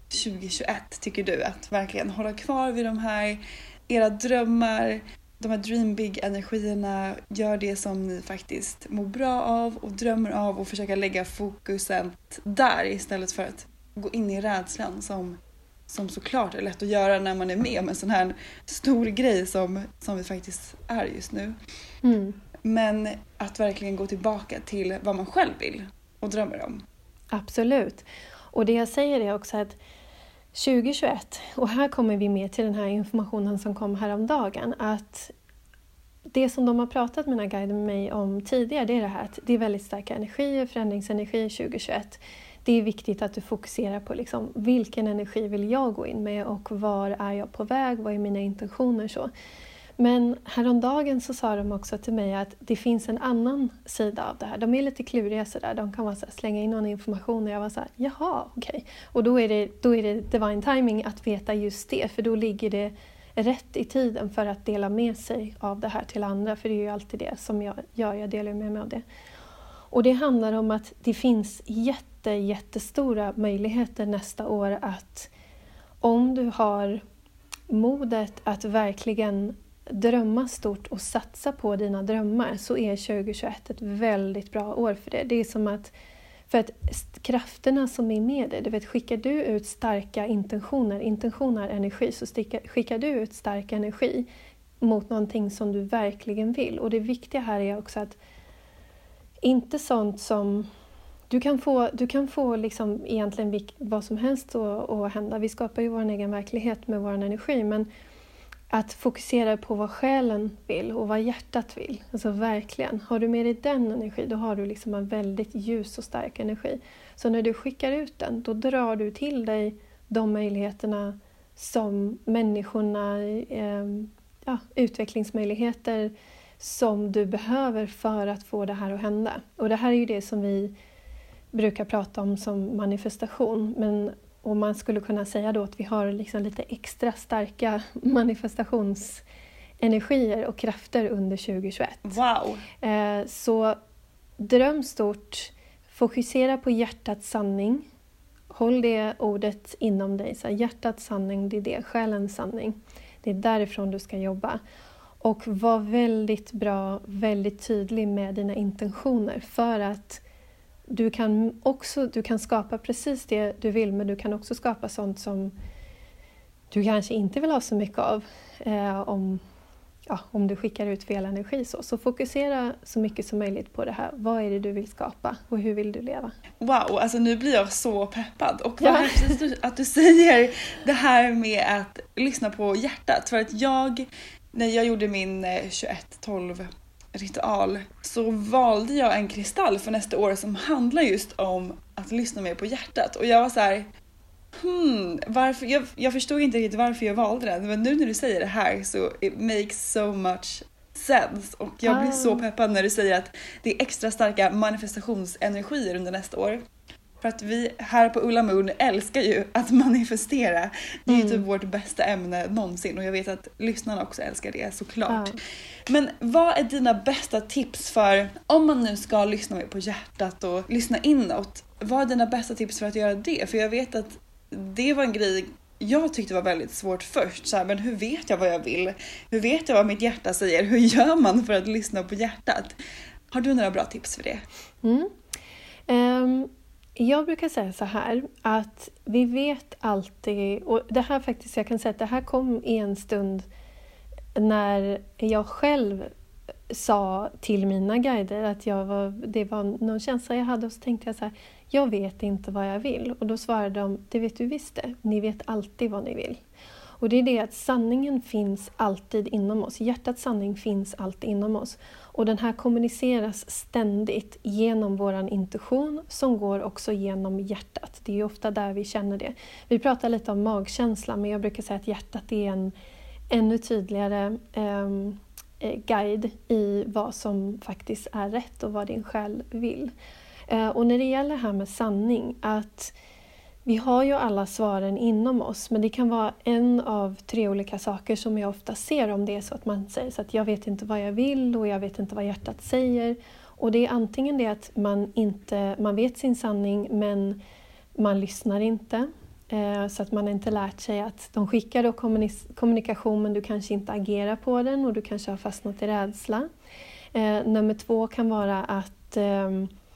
[SPEAKER 4] tjugohundratjugoett tycker du? Att verkligen hålla kvar vid de här era drömmar, de här dream big energierna, gör det som ni faktiskt mår bra av och drömmer av och försöka lägga fokusen där istället för att gå in i rädslan som, som såklart är lätt att göra när man är med om en sån här stor grej som, som vi faktiskt är just nu.
[SPEAKER 5] Mm.
[SPEAKER 4] Men att verkligen gå tillbaka till vad man själv vill och drömmer om.
[SPEAKER 5] Absolut. Och det jag säger är också att tjugohundratjugoett, och här kommer vi med till den här informationen som kom häromdagen, att det som de har pratat mina guider med mig om tidigare, det är det här att det är väldigt starka energier, förändringsenergi tjugohundratjugoett. Det är viktigt att du fokuserar på liksom, vilken energi vill jag gå in med och var är jag på väg, vad är mina intentioner så. Men häromdagen så sa de också till mig att det finns en annan sida av det här. De är lite kluriga sådär. De kan vara så här, slänga in någon information och jag var så här, jaha, okej. Okay. Och då är, det, då är det divine timing att veta just det. För då ligger det rätt i tiden för att dela med sig av det här till andra. För det är ju alltid det som jag gör. Jag delar med mig av det. Och det handlar om att det finns jätte, jättestora möjligheter nästa år att om du har modet att verkligen drömma stort och satsa på dina drömmar så är tjugohundratjugoett ett väldigt bra år för det. Det är som att, för att krafterna som är med dig, du vet, skickar du ut starka intentioner, intentioner energi, så sticka, skickar du ut stark energi mot någonting som du verkligen vill. Och det viktiga här är också att inte sånt som du kan få, du kan få liksom egentligen vad som helst att, att hända. Vi skapar ju vår egen verklighet med vår energi, men att fokusera på vad själen vill och vad hjärtat vill. Alltså verkligen. Har du med dig den energi, då har du liksom en väldigt ljus och stark energi. Så när du skickar ut den, då drar du till dig de möjligheterna som människorna, eh, ja, utvecklingsmöjligheter som du behöver för att få det här att hända. Och det här är ju det som vi brukar prata om som manifestation. Men och man skulle kunna säga då att vi har liksom lite extra starka manifestationsenergier och krafter under tjugohundratjugoett.
[SPEAKER 4] Wow!
[SPEAKER 5] Eh, så dröm stort, fokusera på hjärtats sanning. Håll det ordet inom dig. Så här, hjärtats sanning, det är det, själens sanning. Det är därifrån du ska jobba. Och var väldigt bra, väldigt tydlig med dina intentioner för att Du kan, också, du kan skapa precis det du vill, men du kan också skapa sånt som du kanske inte vill ha så mycket av eh, om, ja, om du skickar ut fel energi. Så. så fokusera så mycket som möjligt på det här. Vad är det du vill skapa och hur vill du leva?
[SPEAKER 4] Wow, alltså nu blir jag så peppad. Och vad ja. Precis att du säger det här med att lyssna på hjärtat. För att jag, när jag gjorde min tjugoett tolv ritual så valde jag en kristall för nästa år som handlar just om att lyssna mer på hjärtat. Och jag var så här, hmm, varför? Jag, jag förstod inte riktigt varför jag valde den. Men nu när du säger det här så it makes so much sense. Och jag blir ah. så peppad när du säger att det är extra starka manifestationsenergier under nästa år. För att vi här på Ulla Moon älskar ju att manifestera. Det är ju mm. typ vårt bästa ämne någonsin. Och jag vet att lyssnarna också älskar det, såklart. Ja. Men vad är dina bästa tips för om man nu ska lyssna mer på hjärtat och lyssna inåt? Vad är dina bästa tips för att göra det? För jag vet att det var en grej jag tyckte var väldigt svårt först. Så här, men hur vet jag vad jag vill? Hur vet jag vad mitt hjärta säger? Hur gör man för att lyssna på hjärtat? Har du några bra tips för det?
[SPEAKER 5] Mm. Um... Jag brukar säga så här att vi vet alltid, och det här faktiskt, jag kan säga att det här kom i en stund när jag själv sa till mina guider att jag var, det var någon känsla jag hade och så tänkte jag så här, jag vet inte vad jag vill. Och då svarade de, det vet du visst det, ni vet alltid vad ni vill. Och det är det att sanningen finns alltid inom oss. Hjärtats sanning finns alltid inom oss. Och den här kommuniceras ständigt genom våran intuition som går också genom hjärtat. Det är ju ofta där vi känner det. Vi pratar lite om magkänsla, men jag brukar säga att hjärtat är en ännu tydligare eh, guide i vad som faktiskt är rätt och vad din själ vill. Eh, och när det gäller det här med sanning, att vi har ju alla svaren inom oss, men det kan vara en av tre olika saker som jag ofta ser om det är så att man säger så att jag vet inte vad jag vill och jag vet inte vad hjärtat säger. Och det är antingen det att man inte, man vet sin sanning men man lyssnar inte. Eh, så att man inte lärt sig att de skickar då kommunis- kommunikation men du kanske inte agerar på den och du kanske har fastnat i rädsla. Eh, nummer två kan vara att eh,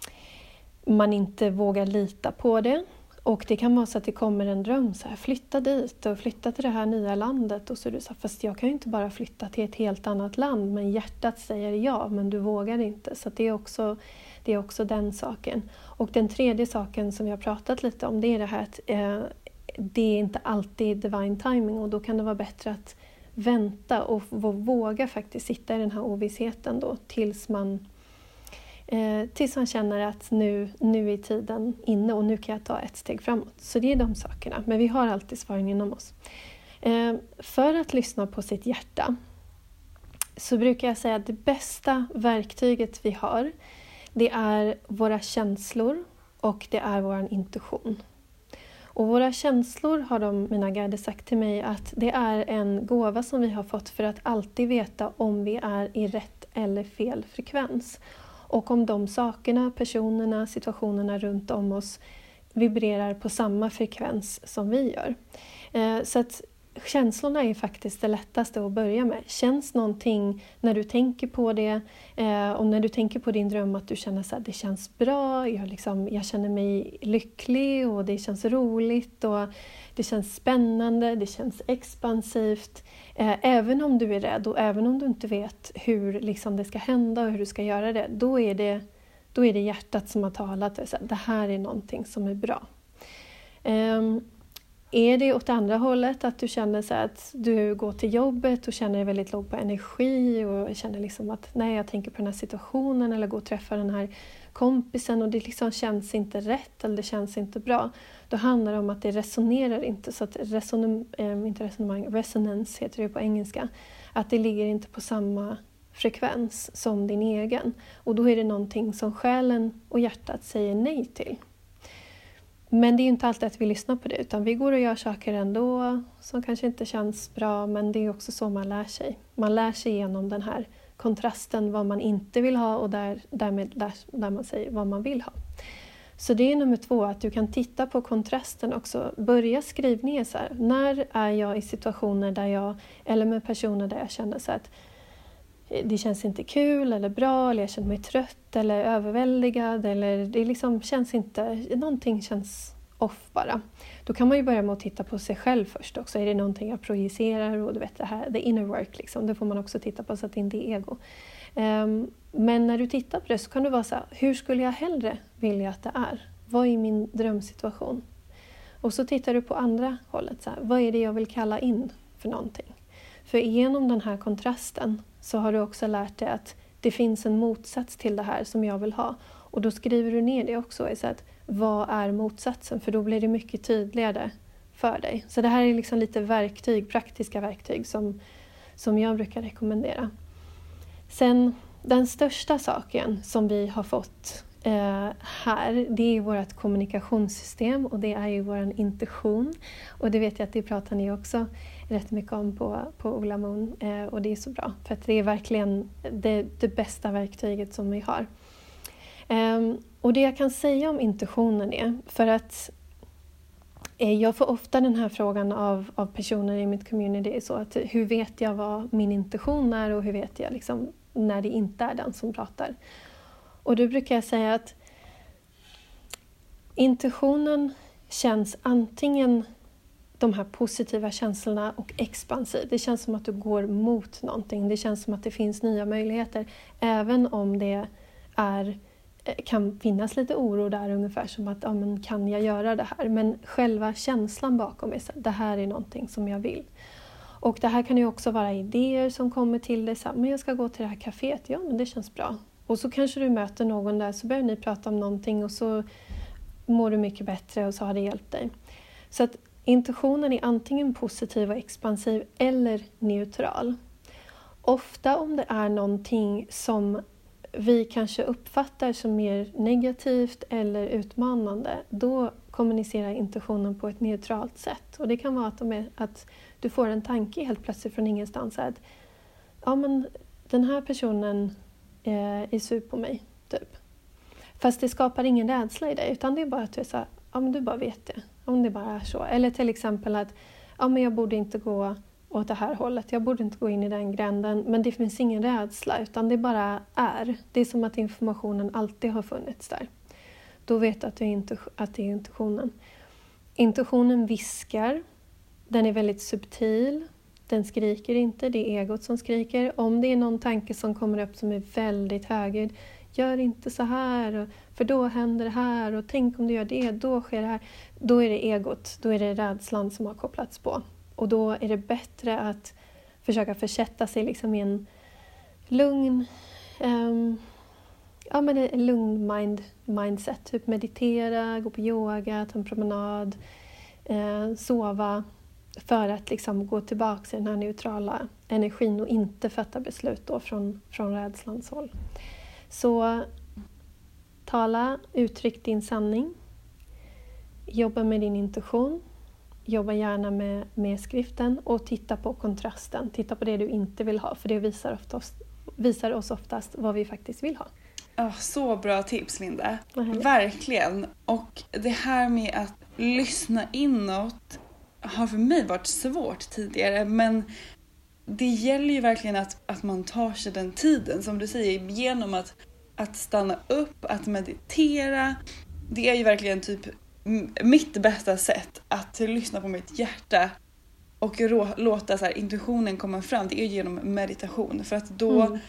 [SPEAKER 5] man inte vågar lita på det. Och det kan vara så att det kommer en dröm, så här, flytta dit och flytta till det här nya landet. Och så är du så här, fast jag kan ju inte bara flytta till ett helt annat land. Men hjärtat säger ja, men du vågar inte. Så det är också, det är också den saken. Och den tredje saken som vi har pratat lite om, det är det här att eh, det är inte alltid divine timing. Och då kan det vara bättre att vänta och våga faktiskt sitta i den här ovissheten då tills man... Eh, tills man känner att nu, nu är tiden inne och nu kan jag ta ett steg framåt. Så det är de sakerna. Men vi har alltid svaren inom oss. Eh, för att lyssna på sitt hjärta så brukar jag säga att det bästa verktyget vi har, det är våra känslor och det är vår intuition. Och våra känslor har de, mina guider sagt till mig, att det är en gåva som vi har fått för att alltid veta om vi är i rätt eller fel frekvens. Och om de sakerna, personerna, situationerna runt om oss vibrerar på samma frekvens som vi gör. Eh, så att känslorna är faktiskt det lättaste att börja med. Känns någonting när du tänker på det, eh, och när du tänker på din dröm att du känner så här, det känns bra, jag, liksom, jag känner mig lycklig och det känns roligt och det känns spännande, det känns expansivt. Eh, även om du är rädd och även om du inte vet hur liksom, det ska hända och hur du ska göra det, då är det, då är det hjärtat som har talat. Så här, det här är någonting som är bra. Eh, Är det åt andra hållet att du känner så att du går till jobbet och känner dig väldigt låg på energi och känner liksom att nej, jag tänker på den här situationen eller går och träffar den här kompisen och det liksom känns inte rätt eller det känns inte bra. Då handlar det om att det resonerar inte, så att resonem, äh, inte resonemang, resonance heter det på engelska. Att det ligger inte på samma frekvens som din egen. Och då är det någonting som själen och hjärtat säger nej till. Men det är inte alltid att vi lyssnar på det, utan vi går och gör saker ändå som kanske inte känns bra, men det är också så man lär sig. Man lär sig genom den här kontrasten, vad man inte vill ha och där, därmed lär, lär man sig vad man vill ha. Så det är nummer två, att du kan titta på kontrasten också. Börja skriva ner så här, när är jag i situationer där jag, eller med personer där jag känner så att det känns inte kul eller bra, eller jag känner mig trött eller överväldigad, eller det liksom känns inte, någonting känns off bara. Då kan man ju börja med att titta på sig själv först också. Är det någonting jag projicerar och du vet det här, the inner work liksom, det får man också titta på så att det inte är ego. Um, men när du tittar på det så kan du vara så här, hur skulle jag hellre vilja att det är? Vad är min drömsituation? Och så tittar du på andra hållet, så här, vad är det jag vill kalla in för någonting? För genom den här kontrasten så har du också lärt dig att det finns en motsats till det här som jag vill ha. Och då skriver du ner det också. Så att, vad är motsatsen? För då blir det mycket tydligare för dig. Så det här är liksom lite verktyg, praktiska verktyg som, som jag brukar rekommendera. Sen den största saken som vi har fått eh, här, det är vårt kommunikationssystem och det är ju vår intuition. Och det vet jag att det pratar ni också rätt mycket om på, på Ola Moon, eh, och det är så bra för att det är verkligen det, det bästa verktyget som vi har. Um, och det jag kan säga om intuitionen är, för att eh, jag får ofta den här frågan av, av personer i mitt community, är så att hur vet jag vad min intuition är och hur vet jag liksom när det inte är den som pratar. Och då brukar jag säga att intuitionen känns antingen de här positiva känslorna och expansiv. Det känns som att du går mot någonting. Det känns som att det finns nya möjligheter. Även om det är, kan finnas lite oro där, ungefär som att ja, men kan jag göra det här? Men själva känslan bakom är så att det här är någonting som jag vill. Och det här kan ju också vara idéer som kommer till dig. Så här, men jag ska gå till det här kaféet. Ja, men det känns bra. Och så kanske du möter någon där, så börjar ni prata om någonting och så mår du mycket bättre och så har det hjälpt dig. Så att intuitionen är antingen positiv och expansiv eller neutral. Ofta om det är någonting som vi kanske uppfattar som mer negativt eller utmanande, då kommunicerar intuitionen på ett neutralt sätt. Och det kan vara att, de är, att du får en tanke helt plötsligt från ingenstans att ja, men den här personen eh, är sur på mig, typ. Fast det skapar ingen rädsla i dig, utan det är bara att du är så här, ja men du bara vet det. Om det bara är så. Eller till exempel att ja, men jag borde inte gå åt det här hållet. Jag borde inte gå in i den gränden. Men det finns ingen rädsla, utan det bara är. Det är som att informationen alltid har funnits där. Då vet du att det är, inte, att det är intuitionen. Intuitionen viskar. Den är väldigt subtil. Den skriker inte. Det är egot som skriker. Om det är någon tanke som kommer upp som är väldigt högljudd. Gör inte så här. För då händer det här. Och tänk om du gör det. Då sker det här. Då är det egot. Då är det rädslan som har kopplats på. Och då är det bättre att försöka försätta sig liksom i en lugn... Um, ja, men en lugn mind, mindset. Typ meditera, gå på yoga, ta en promenad, eh, sova. För att liksom gå tillbaka till den här neutrala energin och inte fatta beslut då från, från rädslans håll. Så tala, uttryck din sanning. Jobba med din intuition. Jobba gärna med, med skriften och titta på kontrasten. Titta på det du inte vill ha, för det visar, oftast, visar oss oftast vad vi faktiskt vill ha.
[SPEAKER 4] Oh, så bra tips, Linda. Verkligen. Och det här med att lyssna inåt har för mig varit svårt tidigare. Men det gäller ju verkligen att, att man tar sig den tiden, som du säger, genom att, att stanna upp, att meditera. Det är ju verkligen typ mitt bästa sätt att lyssna på mitt hjärta och rå, låta så här, intuitionen komma fram. Det är genom meditation. För att då... Mm.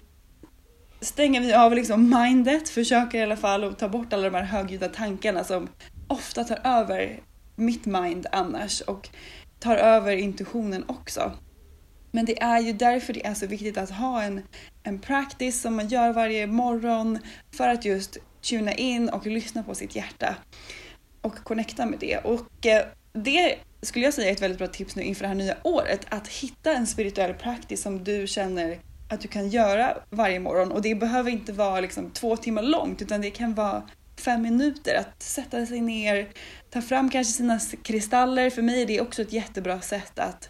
[SPEAKER 4] stänger vi av liksom mindet, försöker i alla fall att ta bort alla de här högljudda tankarna som ofta tar över mitt mind annars och tar över intuitionen också. Men det är ju därför det är så viktigt att ha en, en practice som man gör varje morgon för att just tuna in och lyssna på sitt hjärta och connecta med det. Och eh, det skulle jag säga är ett väldigt bra tips nu inför det här nya året, att hitta en spirituell practice som du känner att du kan göra varje morgon. Och det behöver inte vara liksom två timmar långt, utan det kan vara fem minuter. Att sätta sig ner, ta fram kanske sina kristaller. För mig är det också ett jättebra sätt att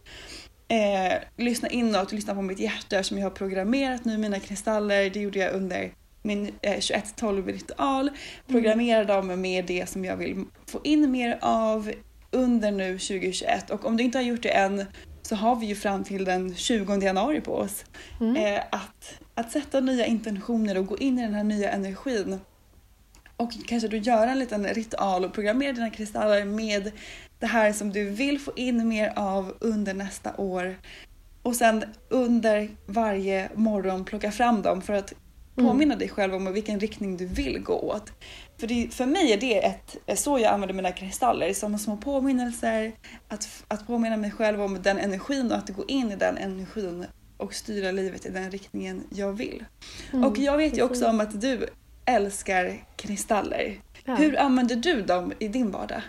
[SPEAKER 4] eh, lyssna inåt, lyssna på mitt hjärta som jag har programmerat nu. Mina kristaller, det gjorde jag under min eh, tjugoett tolv-ritual. Programmera dem med det som jag vill få in mer av under nu tjugo tjugoett. Och om du inte har gjort det än, så har vi ju fram till den tjugonde januari på oss mm. eh, att, att sätta nya intentioner och gå in i den här nya energin. Och kanske då göra en liten ritual och programmera dina kristaller med det här som du vill få in mer av under nästa år. Och sen under varje morgon plocka fram dem för att påminna mm. dig själv om vilken riktning du vill gå åt. För, det, för mig är det ett, så jag använder mina kristaller, som små påminnelser. Att, att påminna mig själv om den energin och att gå in i den energin och styra livet i den riktningen jag vill. Mm, och jag vet ju också om att du älskar kristaller. Ja. Hur använder du dem i din vardag?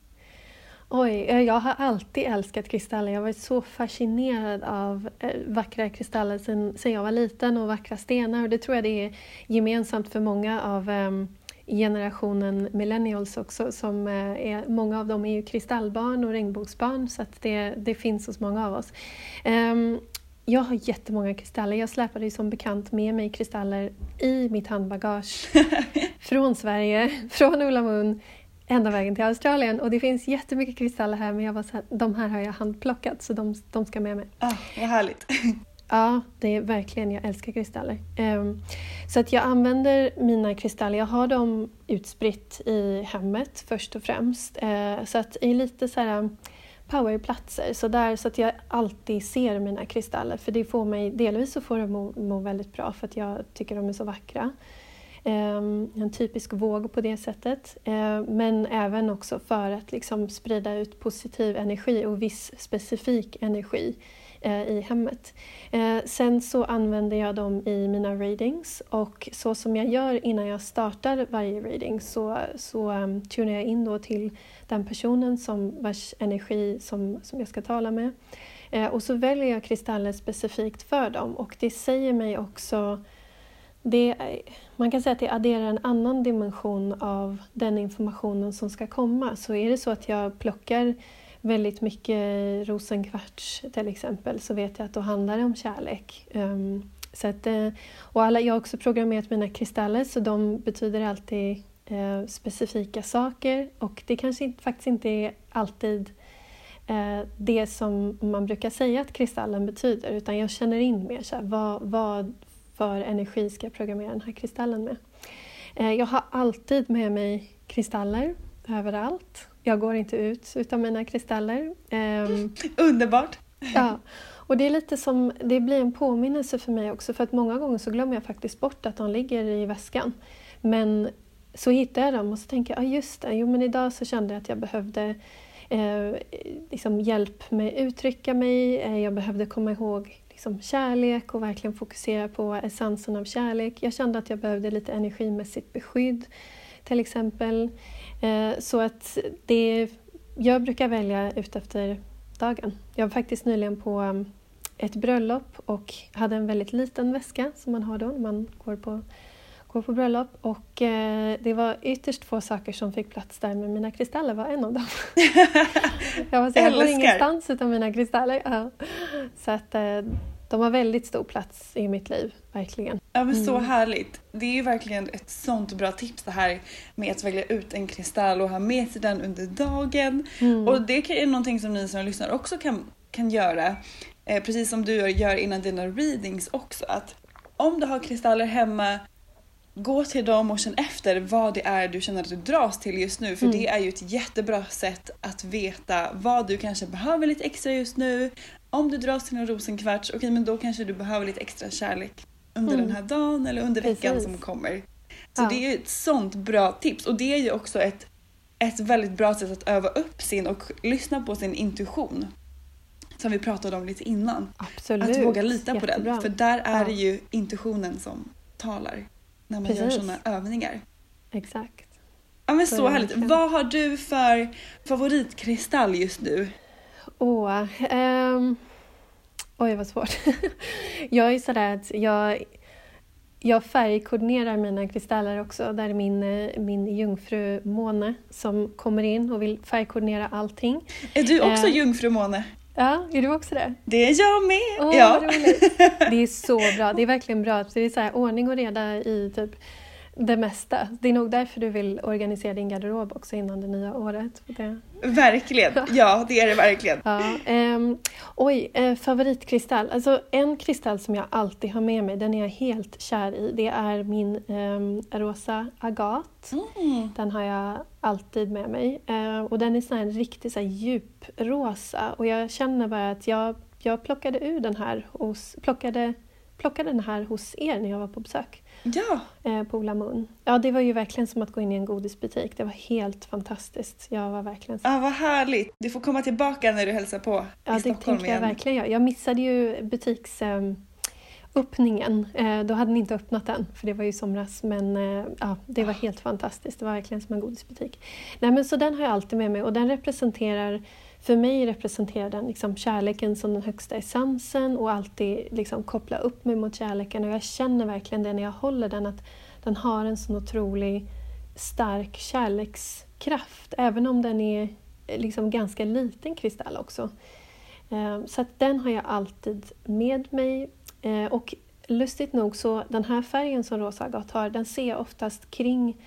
[SPEAKER 5] Oj, jag har alltid älskat kristaller. Jag har varit så fascinerad av vackra kristaller sedan, sedan jag var liten, och vackra stenar. Och det tror jag det är gemensamt för många av um, generationen millennials också. Som, uh, är, många av dem är ju kristallbarn och regnbågsbarn, så att det, det finns hos många av oss. Um, jag har jättemånga kristaller. Jag släpade ju som bekant med mig kristaller i mitt handbagage från Sverige, från Ola Moon, ända vägen till Australien. Och det finns jättemycket kristaller här, men jag var så här, de här har jag handplockat, så de, de ska med mig.
[SPEAKER 4] Ah, vad härligt.
[SPEAKER 5] Ja, det är verkligen, jag älskar kristaller. Um, så att jag använder mina kristaller, jag har dem utspritt i hemmet först och främst. Uh, så att i lite så här powerplatser, så där, så att jag alltid ser mina kristaller. För det får mig, delvis så får jag må, må väldigt bra för att jag tycker de är så vackra. Um, en typisk våg på det sättet. Uh, men även också för att liksom sprida ut positiv energi och viss specifik energi uh, i hemmet. Uh, sen så använder jag dem i mina readings, och så som jag gör innan jag startar varje reading, så, så um, tunar jag in då till den personen som, vars energi som, som jag ska tala med. Uh, och så väljer jag kristaller specifikt för dem, och det säger mig också... Det, man kan säga att det adderar en annan dimension av den informationen som ska komma. Så är det så att jag plockar väldigt mycket rosenkvarts till exempel, så vet jag att då handlar det om kärlek. Um, så att, och alla, jag har också programmerat mina kristaller, så de betyder alltid eh, specifika saker. Och det kanske inte, faktiskt inte är alltid eh, det som man brukar säga att kristallen betyder. Utan jag känner in mer så här, vad, vad för energi ska jag programmera den här kristallen med. Eh, jag har alltid med mig kristaller överallt. Jag går inte ut utan mina kristaller. Eh,
[SPEAKER 4] Underbart!
[SPEAKER 5] Ja, och det är lite som, det blir en påminnelse för mig också. För att många gånger så glömmer jag faktiskt bort att de ligger i väskan. Men så hittar jag dem och så tänker jag, ja ah, just det, jo men idag så kände jag att jag behövde eh, liksom hjälp med att uttrycka mig. Eh, jag behövde komma ihåg liksom kärlek och verkligen fokusera på essensen av kärlek. Jag kände att jag behövde lite energimässigt beskydd till exempel. Eh, så att det, jag brukar välja ut efter dagen. Jag var faktiskt nyligen på ett bröllop och hade en väldigt liten väska som man har då när man går på, går på bröllop. Och eh, det var ytterst få saker som fick plats där, men mina kristaller var en av dem. jag var så jag går ingenstans utan mina kristaller. Ja. Så att eh, de har väldigt stor plats i mitt liv, verkligen.
[SPEAKER 4] Ja, men så
[SPEAKER 5] mm.
[SPEAKER 4] härligt. Det är ju verkligen ett sånt bra tips det här med att välja ut en kristall och ha med sig den under dagen. Mm. Och det är någonting som ni som lyssnar också kan, kan göra. Eh, precis som du gör innan dina readings också. Att om du har kristaller hemma, gå till dem och känn efter vad det är du känner att du dras till just nu. För mm. det är ju ett jättebra sätt att veta vad du kanske behöver lite extra just nu. Om du dras till en rosenkvarts, okej, men då kanske du behöver lite extra kärlek under mm. den här dagen eller under veckan Precis. Som kommer. Så ja. Det är ju ett sånt bra tips. Och det är ju också ett, ett väldigt bra sätt att öva upp sin och lyssna på sin intuition. Som vi pratade om lite innan.
[SPEAKER 5] Absolut.
[SPEAKER 4] Att våga lita Jättebra. På den. För där är ja. Det ju intuitionen som talar när man Precis. Gör sådana övningar.
[SPEAKER 5] Exakt.
[SPEAKER 4] Ja, men så, så härligt. Kan... Vad har du för favoritkristall just nu?
[SPEAKER 5] Åh, um, oj vad svårt. jag är sådär att jag, jag färgkoordinerar mina kristaller också. Där är min, min jungfru Måne som kommer in och vill färgkoordinera allting.
[SPEAKER 4] Är du också
[SPEAKER 5] uh,
[SPEAKER 4] jungfru Måne?
[SPEAKER 5] Ja, är du också det?
[SPEAKER 4] Det är jag med!
[SPEAKER 5] Oh,
[SPEAKER 4] ja.
[SPEAKER 5] Det är så bra, det är verkligen bra. Det är så här, ordning och reda i typ det mesta. Det är nog därför du vill organisera din garderob också innan det nya året. Det...
[SPEAKER 4] Verkligen, ja det är det verkligen.
[SPEAKER 5] Ja, um, oj, eh, favoritkristall. Alltså en kristall som jag alltid har med mig, den är jag helt kär i. Det är min um, rosa agat. Mm. Den har jag alltid med mig. Uh, och den är sån här riktigt så här djup rosa. Och jag känner bara att jag, jag plockade ur den här hos, plockade, plockade den här hos er när jag var på besök.
[SPEAKER 4] Ja.
[SPEAKER 5] Eh, på Ola Moon. Ja, det var ju verkligen som att gå in i en godisbutik. Det var helt fantastiskt. Jag var verkligen så...
[SPEAKER 4] Ja, vad härligt. Du får komma tillbaka när du hälsar på
[SPEAKER 5] ja,
[SPEAKER 4] i Stockholm igen. Ja, det tänker
[SPEAKER 5] jag verkligen göra. Jag missade ju butiks... Eh, öppningen. Eh, då hade ni inte öppnat den, för det var ju somras. Men eh, ja, det var helt fantastiskt. Det var verkligen som en godisbutik. Nej, men så den har jag alltid med mig. Och den representerar... För mig representerar den liksom kärleken som den högsta essensen och alltid liksom koppla upp mig mot kärleken. Och jag känner verkligen det när jag håller den, att den har en sån otrolig stark kärlekskraft. Även om den är liksom ganska liten kristall också. Så att den har jag alltid med mig. Och lustigt nog så den här färgen som rosa agat har, den ser jag oftast kring...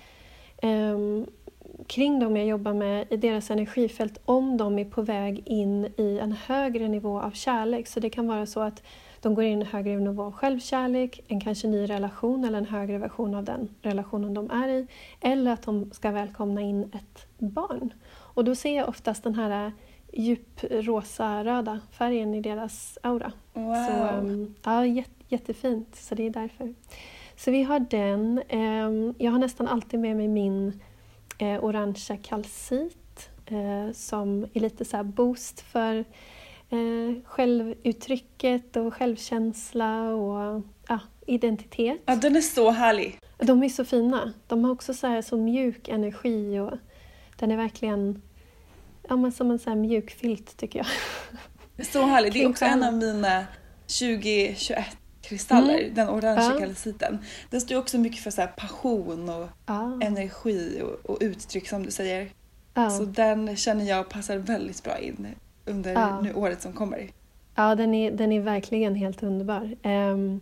[SPEAKER 5] kring dem jag jobbar med i deras energifält om de är på väg in i en högre nivå av kärlek. Så det kan vara så att de går in i en högre nivå av självkärlek, en kanske ny relation eller en högre version av den relationen de är i. Eller att de ska välkomna in ett barn. Och då ser jag oftast den här djuprosa röda färgen i deras aura.
[SPEAKER 4] Wow.
[SPEAKER 5] Så um, ja, jätte, jättefint. Så det är därför. Så vi har den. Um, jag har nästan alltid med mig min Eh, orangea kalcit eh, som är lite så här boost för eh, självuttrycket och självkänsla och ja, identitet.
[SPEAKER 4] Ja, den är så härlig.
[SPEAKER 5] De är så fina. De har också så här så mjuk energi och den är verkligen ja, men som en så här mjuk filt tycker jag.
[SPEAKER 4] Så härlig. Det är också en av mina tjugo tjugoett kristaller, mm. den orangea ja. Kalciten. Den står också mycket för så här passion och ja. Energi och, och uttryck som du säger. Ja. Så den känner jag passar väldigt bra in under ja. Nu året som kommer.
[SPEAKER 5] Ja, den är, den är verkligen helt underbar. Um,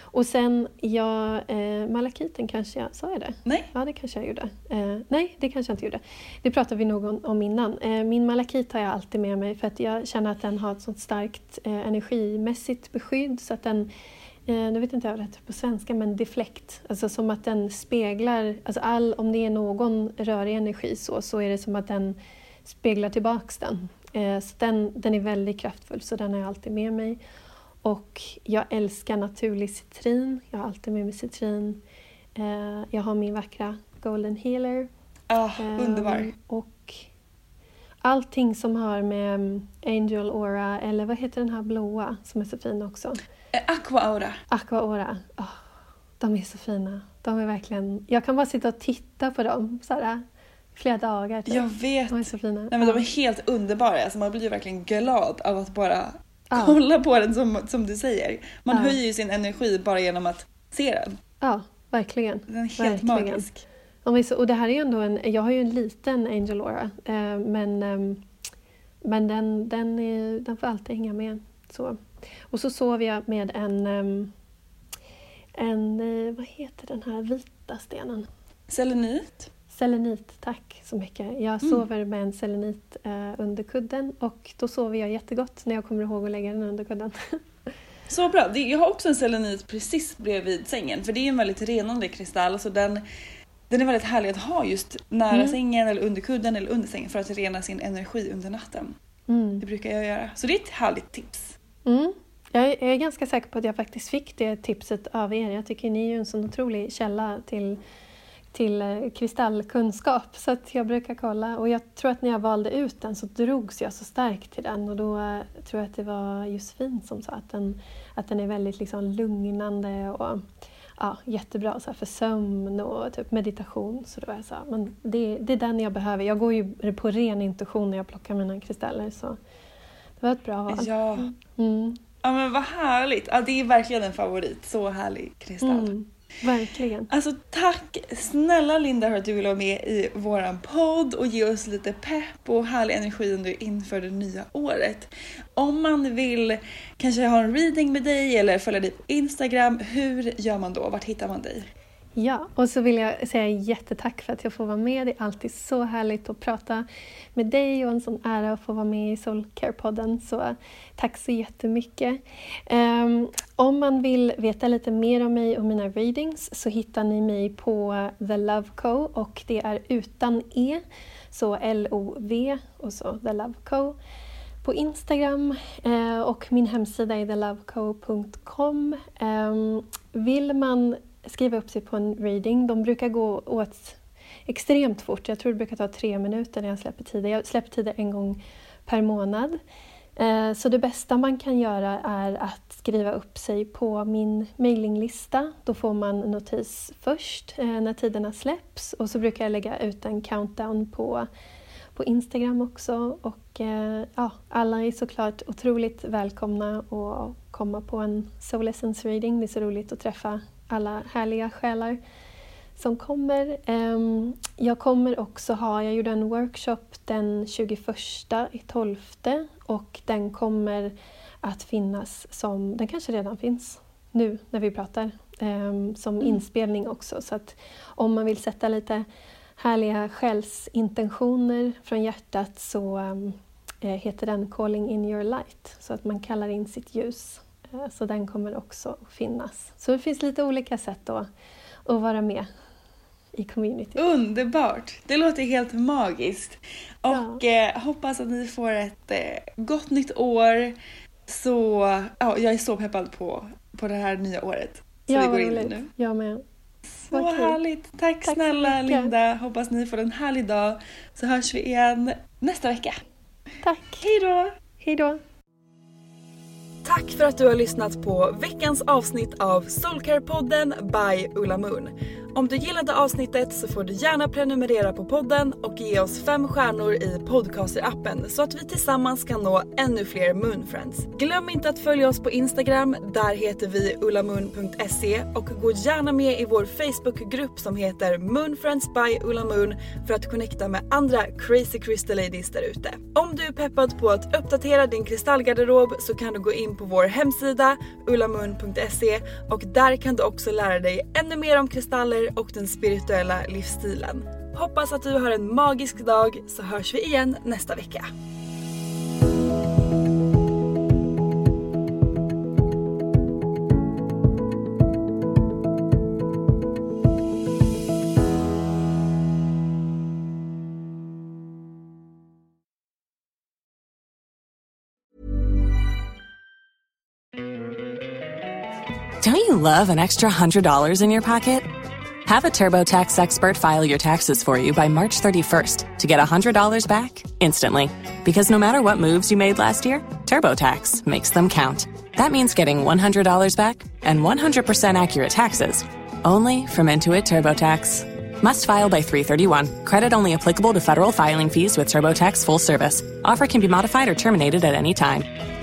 [SPEAKER 5] Och sen, ja, eh, malakiten kanske jag, sa jag det?
[SPEAKER 4] Nej.
[SPEAKER 5] Ja, det kanske jag gjorde. Eh, nej, det kanske jag inte gjorde. Det pratade vi nog om, om innan. Eh, min malakit har jag alltid med mig för att jag känner att den har ett sånt starkt eh, energimässigt beskydd så att den, eh, nu vet inte jag vad det heter på svenska, men deflekt. Alltså som att den speglar, alltså all, om det är någon rörig energi så, så är det som att den speglar tillbaks den. Eh, så den, den är väldigt kraftfull så den har jag alltid med mig. Och jag älskar naturlig citrin. Jag har alltid med mig citrin. Eh, jag har min vackra Golden Healer.
[SPEAKER 4] Ah, eh, underbar.
[SPEAKER 5] Och allting som har med Angel Aura, eller vad heter den här blåa som är så fin också?
[SPEAKER 4] Eh, Aqua Aura.
[SPEAKER 5] Aqua Aura. Oh, de är så fina. De är verkligen... Jag kan bara sitta och titta på dem sådär, flera dagar. Typ.
[SPEAKER 4] Jag vet.
[SPEAKER 5] De är så fina.
[SPEAKER 4] Nej, men de är helt underbara. Alltså, man blir verkligen glad av att bara... Ja. Kolla på den som, som du säger. Man ja. höjer ju sin energi bara genom att se den.
[SPEAKER 5] Ja, verkligen.
[SPEAKER 4] Den är helt
[SPEAKER 5] verkligen.
[SPEAKER 4] magisk.
[SPEAKER 5] Och det här är ju ändå en... Jag har ju en liten Angel Aura. Eh, men eh, men den, den, är, den får alltid hänga med. Så. Och så sov jag med en... Eh, en vad heter den här vita stenen?
[SPEAKER 4] Selenit.
[SPEAKER 5] Selenit, tack så mycket. Jag mm. sover med en selenit eh, under kudden och då sover jag jättegott när jag kommer ihåg att lägga den under kudden.
[SPEAKER 4] Så bra. Jag har också en selenit precis bredvid sängen för det är en väldigt renande kristall så den, den är väldigt härlig att ha just nära mm. sängen eller under kudden eller under sängen för att rena sin energi under natten. Mm. Det brukar jag göra. Så det är ett härligt tips.
[SPEAKER 5] Mm. Jag är, jag är ganska säker på att jag faktiskt fick det tipset av er. Jag tycker ni är ju en sån otrolig källa till till kristallkunskap så att jag brukar kolla och jag tror att när jag valde ut den så drogs jag så starkt till den och då uh, tror jag att det var Josefin som sa att den, att den är väldigt liksom lugnande och ja, jättebra så här, för sömn och typ meditation så då jag sa men det, det är den jag behöver. Jag går ju på ren intuition när jag plockar mina kristaller så det var ett bra val.
[SPEAKER 4] Ja.
[SPEAKER 5] Mm.
[SPEAKER 4] Ja men vad härligt. Ja, det är verkligen en favorit. Så härlig kristall.
[SPEAKER 5] Mm. Verkligen.
[SPEAKER 4] Alltså tack snälla Linda för att du vill vara med i våran podd och ge oss lite pepp och härlig energi nu inför det nya året. Om man vill kanske ha en reading med dig eller följa dig på Instagram, hur gör man då? Vart hittar man dig?
[SPEAKER 5] Ja, och så vill jag säga jättetack för att jag får vara med. Det är alltid så härligt att prata med dig och en sån ära att få vara med i Soulcare-podden. Så tack så jättemycket. Um, om man vill veta lite mer om mig och mina readings så hittar ni mig på The Love Co och det är utan E, så L O V och så The Love Co på Instagram uh, och min hemsida är the love co punkt com. Um, vill man skriva upp sig på en reading. De brukar gå åt extremt fort. Jag tror det brukar ta tre minuter när jag släpper tider. Jag släpper tider en gång per månad. Så det bästa man kan göra är att skriva upp sig på min mailinglista. Då får man notis först när tiderna släpps. Och så brukar jag lägga ut en countdown på, på Instagram också. Och ja, alla är såklart otroligt välkomna att komma på en Soul Essence reading. Det är så roligt att träffa alla härliga själar som kommer. Jag kommer också ha, jag gjorde en workshop den tjugoförsta i tolfte och den kommer att finnas som, den kanske redan finns nu när vi pratar, som inspelning också. Så att om man vill sätta lite härliga själsintentioner från hjärtat så heter den Calling in your light. Så att man kallar in sitt ljus. Så den kommer också finnas. Så det finns lite olika sätt då att vara med i community.
[SPEAKER 4] Underbart! Det låter helt magiskt. Och ja. eh, hoppas att ni får ett eh, gott nytt år. Så ja, jag är så peppad på, på det här nya året. Så
[SPEAKER 5] ja,
[SPEAKER 4] vi går in i nu.
[SPEAKER 5] Jag med.
[SPEAKER 4] Så okay. Härligt. Tack, Tack snälla Linda. Hoppas ni får en härlig dag. Så hörs vi igen nästa vecka.
[SPEAKER 5] Tack.
[SPEAKER 4] Hej då!
[SPEAKER 5] Hej då!
[SPEAKER 4] Tack för att du har lyssnat på veckans avsnitt av Soulcare-podden by Ulla Moon. Om du gillade avsnittet så får du gärna prenumerera på podden och ge oss fem stjärnor i Podcaster-appen så att vi tillsammans kan nå ännu fler Moonfriends. Glöm inte att följa oss på Instagram, där heter vi ullamoon punkt se, och gå gärna med i vår Facebookgrupp som heter Moonfriends by Ullamoon för att connecta med andra crazy crystal ladies där ute. Om du är peppad på att uppdatera din kristallgarderob så kan du gå in på vår hemsida ullamoon punkt se och där kan du också lära dig ännu mer om kristaller och den spirituella livsstilen. Hoppas att du har en magisk dag, så hörs vi igen nästa vecka.
[SPEAKER 9] Don't you love an extra one hundred dollars in your pocket? Have a TurboTax expert file your taxes for you by March thirty-first to get one hundred dollars back instantly. Because no matter what moves you made last year, TurboTax makes them count. That means getting one hundred dollars back and one hundred percent accurate taxes, only from Intuit TurboTax. Must file by three thirty-one. Credit only applicable to federal filing fees with TurboTax full service. Offer can be modified or terminated at any time.